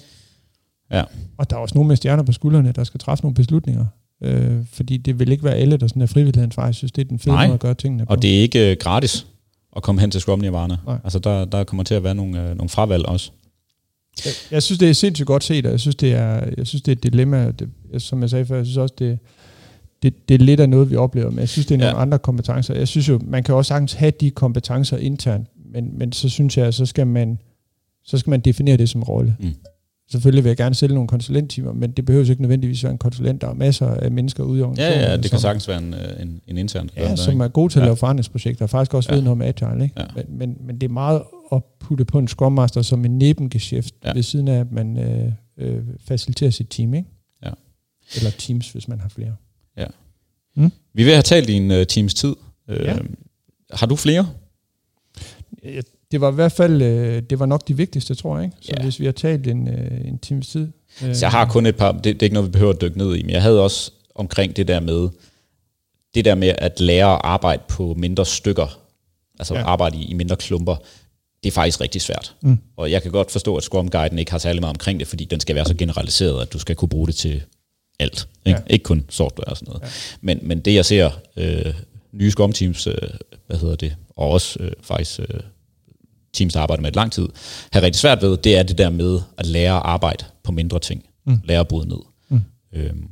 Ja. Og der er også nogle med stjerner på skuldrene, der skal træffe nogle beslutninger. Øh, fordi det vil ikke være alle, der sådan er frivillighedens vej. Jeg synes, det er den fede måde at gøre tingene på. Og det er ikke uh, gratis at komme hen til Scrum-nirvana. Altså, der, der kommer til at være nogle, uh, nogle fravalg også. Jeg, jeg synes, det er sindssygt godt set, og jeg synes, det er, jeg synes, det er et dilemma. Det, som jeg sagde før, jeg synes også, det, det, det er lidt af noget, vi oplever. Men jeg synes, det er nogle ja. andre kompetencer. Jeg synes jo, man kan også sagtens have de kompetencer internt, men, men så synes jeg, så skal man, så skal man definere det som rolle. Mm. Selvfølgelig vil jeg gerne sælge nogle konsulenttimer, men det behøver ikke nødvendigvis være en konsulent. Der er masser af mennesker ude i organisationen. Ja, ja, det som, kan sagtens være en, en, en intern. Ja, der, som ikke? er gode til at ja. lave forandringsprojekter, og faktisk også ja. ved noget om agile. Ikke? Ja. Men, men, men det er meget at putte på en Scrum Master som en nebengeschæft, ja. ved siden af, at man øh, øh, faciliterer sit team. Ikke? Ja. Eller teams, hvis man har flere. Ja. Mm? Vi vil have talt i en uh, teams tid. Uh, ja. Har du flere? Ja, det var i hvert fald, øh, det var nok de vigtigste, tror jeg. Ikke? Så ja. hvis vi har talt en, øh, en times tid. Øh, så jeg har kun et par, det, det er ikke noget, vi behøver at dykke ned i, men jeg havde også omkring det der med, det der med at lære at arbejde på mindre stykker, altså ja. arbejde i, i mindre klumper, det er faktisk rigtig svært. Mm. Og jeg kan godt forstå, at Scrum-guiden ikke har særlig meget omkring det, fordi den skal være så generaliseret, at du skal kunne bruge det til alt. Ikke, ja. ikke kun software og sådan noget. Ja. Men, men det jeg ser, øh, nye Scrum-teams, øh, hvad hedder det, og også øh, faktisk... Øh, teams, der arbejder med et lang tid, har rigtig svært ved, det er det der med at lære at arbejde på mindre ting. Mm. Lære at bryde ned. Mm. Øhm,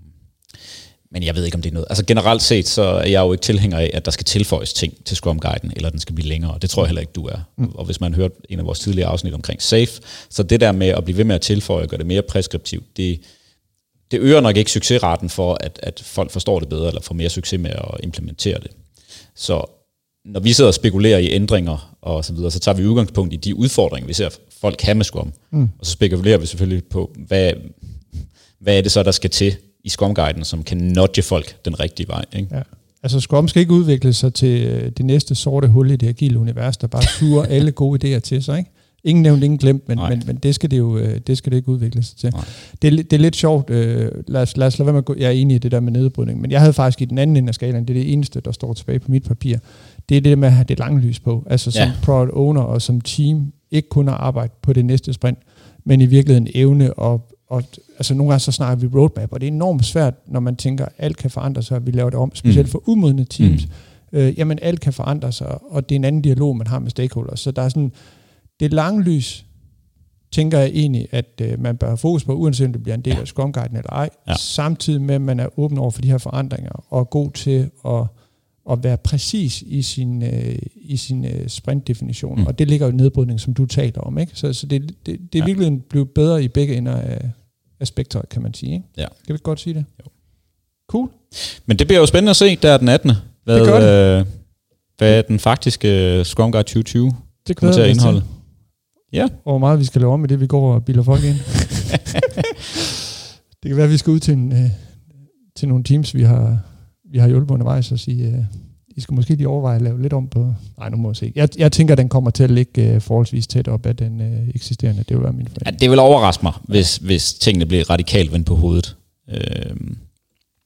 men jeg ved ikke, om det er noget. Altså generelt set, så er jeg jo ikke tilhænger af, at der skal tilføjes ting til Scrum-guiden, eller den skal blive længere. Det tror jeg heller ikke, du er. Mm. Og hvis man har hørt en af vores tidligere afsnit omkring SAFe, så det der med at blive ved med at tilføje og gøre det mere preskriptivt, det, det øger nok ikke succesraten for, at, at folk forstår det bedre, eller får mere succes med at implementere det. Så når vi sidder og spekulerer i ændringer og så videre, så tager vi udgangspunkt i de udfordringer, vi ser folk have med Scrum. Mm. Og så spekulerer vi selvfølgelig på, hvad, hvad er det så, der skal til i Scrum-guiden, som kan nudge folk den rigtige vej. Ikke? Ja. Altså Scrum skal ikke udvikle sig til det næste sorte hul i det agile univers, der bare suger alle gode idéer til sig. Ikke? Ingen nævnt, ingen glemt, men, men, men det skal det jo det skal det ikke udvikle sig til. Det er, det er lidt sjovt. Øh, lad, os, lad os lade være med at gå. Jeg er enig i det der med nedbrydning, men jeg havde faktisk i den anden ende af skalaen, det er det eneste, der står tilbage på mit papir. Det er det med at have det lange lys på. Altså som ja. product owner og som team, ikke kun at arbejde på det næste sprint, men i virkeligheden evne og, og altså nogle gange så snakker vi roadmap, og det er enormt svært, når man tænker, at alt kan forandre sig, og vi laver det om, specielt mm. for umodne teams. Mm. Øh, jamen alt kan forandre sig, og det er en anden dialog, man har med stakeholders. Så der er sådan, det lange lys, tænker jeg egentlig, at øh, man bør have fokus på, uanset om det bliver en del ja. af Scrum-guiden eller ej, ja. samtidig med, at man er åben over for de her forandringer, og er god til at at være præcis i sin, øh, i sin øh, sprintdefinition. Mm. Og det ligger jo i nedbrydning, som du taler om. Ikke? Så, så det, det, det er ja. virkelig blevet bedre i begge ender af, af spektret, kan man sige. Ikke? Ja. Kan vi godt sige det? Jo. Cool. Men det bliver jo spændende at se, der er den attende Hvad, det gør det. Øh, hvad den faktiske Scrum Guide tyve tyve det kommer til at indeholde. Til. Ja. Og hvor meget vi skal lave om med det, vi går og bilder folk ind. Det kan være, at vi skal ud til, en, øh, til nogle teams, vi har... vi har hjulpet undervejs og sige, uh, I skal måske lige overveje at lave lidt om på... Nej, nu må jeg se. Jeg, jeg tænker, at den kommer til at ligge uh, forholdsvis tæt op af den uh, eksisterende. Det vil være min fornemmelse. Ja, det vil overraske mig, hvis, hvis tingene bliver radikalt vendt på hovedet. Uh,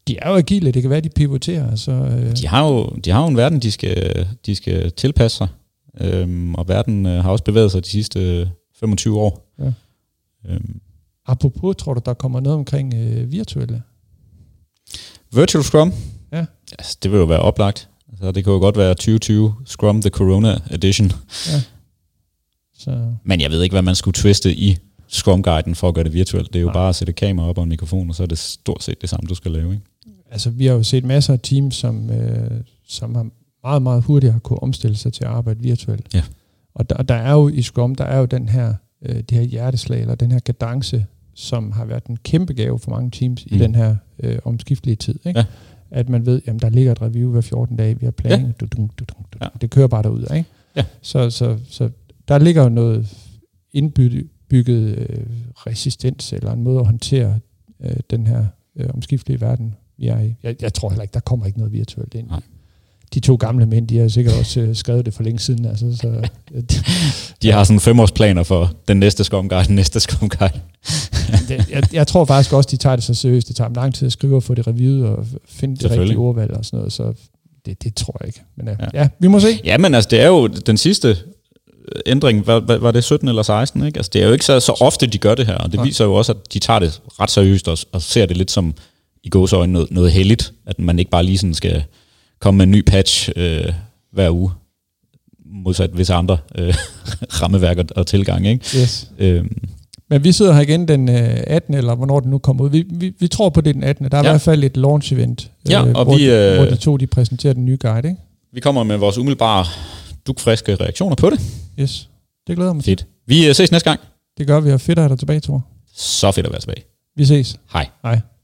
De er jo agile, det kan være, de pivoterer. Så, øh. de, har jo, de har jo en verden, de skal, de skal tilpasse sig, øhm, og verden øh, har også bevæget sig de sidste femogtyve år. Ja. Øhm. Apropos, tror du, der kommer noget omkring øh, virtuelle? Virtual Scrum? Ja. Altså, det vil jo være oplagt. Altså, det kan jo godt være tyve tyve Scrum The Corona Edition. Ja. Så. Men jeg ved ikke, hvad man skulle twiste i Scrum-guiden for at gøre det virtuelt. Det er jo Nej. bare at sætte kamera op og en mikrofon, og så er det stort set det samme, du skal lave, ikke? Altså, vi har jo set masser af teams, som, øh, som har meget, meget hurtigt har kunne omstille sig til at arbejde virtuelt. Ja. Og der, der er jo i Scrum, der er jo den her, øh, det her hjerteslag, eller den her kadence, som har været en kæmpe gave for mange teams mm. i den her øh, omskiftelige tid, ikke? Ja. At man ved, jamen der ligger et review hver fjorten dage, vi har planning, ja. du, du, du, du, du. Ja. Det kører bare derud, ikke? Ja. Så, så, så der ligger jo noget indbygget øh, resistens, eller en måde at håndtere øh, den her øh, omskiftelige verden, vi er i. Jeg, jeg tror heller ikke, der kommer ikke noget virtuelt ind. Nej. De to gamle mænd, de har sikkert også øh, skrevet det for længe siden. Altså, så, øh, de har sådan femårsplaner for den næste Scrum-guide, den næste Scrum-guide. det, jeg, jeg tror faktisk også, de tager det så seriøst. Det tager dem lang tid at skrive og få det reviewet og finde det rigtige ordvalg og sådan noget. Så det, det tror jeg ikke. Men ja. ja, vi må se. Ja, men altså, det er jo den sidste ændring, var, var det sytten eller seksten, ikke? Altså, det er jo ikke så, så ofte, de gør det her, og det ja. viser jo også, at de tager det ret seriøst og, og ser det lidt som i gåseøjne noget, noget heldigt, at man ikke bare lige sådan skal komme med en ny patch øh, hver uge, modsat visse andre øh, rammeværker og tilgang, ikke? Yes. Øhm. Men vi sidder her igen den attende, eller hvornår den nu kommer ud. Vi, vi, vi tror på det den attende. Der er ja. i hvert fald et launch-event, ja, øh, og hvor, vi, øh, hvor de to de præsenterer den nye guide, ikke? Vi kommer med vores umiddelbare dugfriske reaktioner på det. Yes, det glæder mig fedt. Til. Vi ses næste gang. Det gør vi, og fedt at have dig tilbage, Thor. Så fedt at være tilbage. Vi ses. Hej. Hej.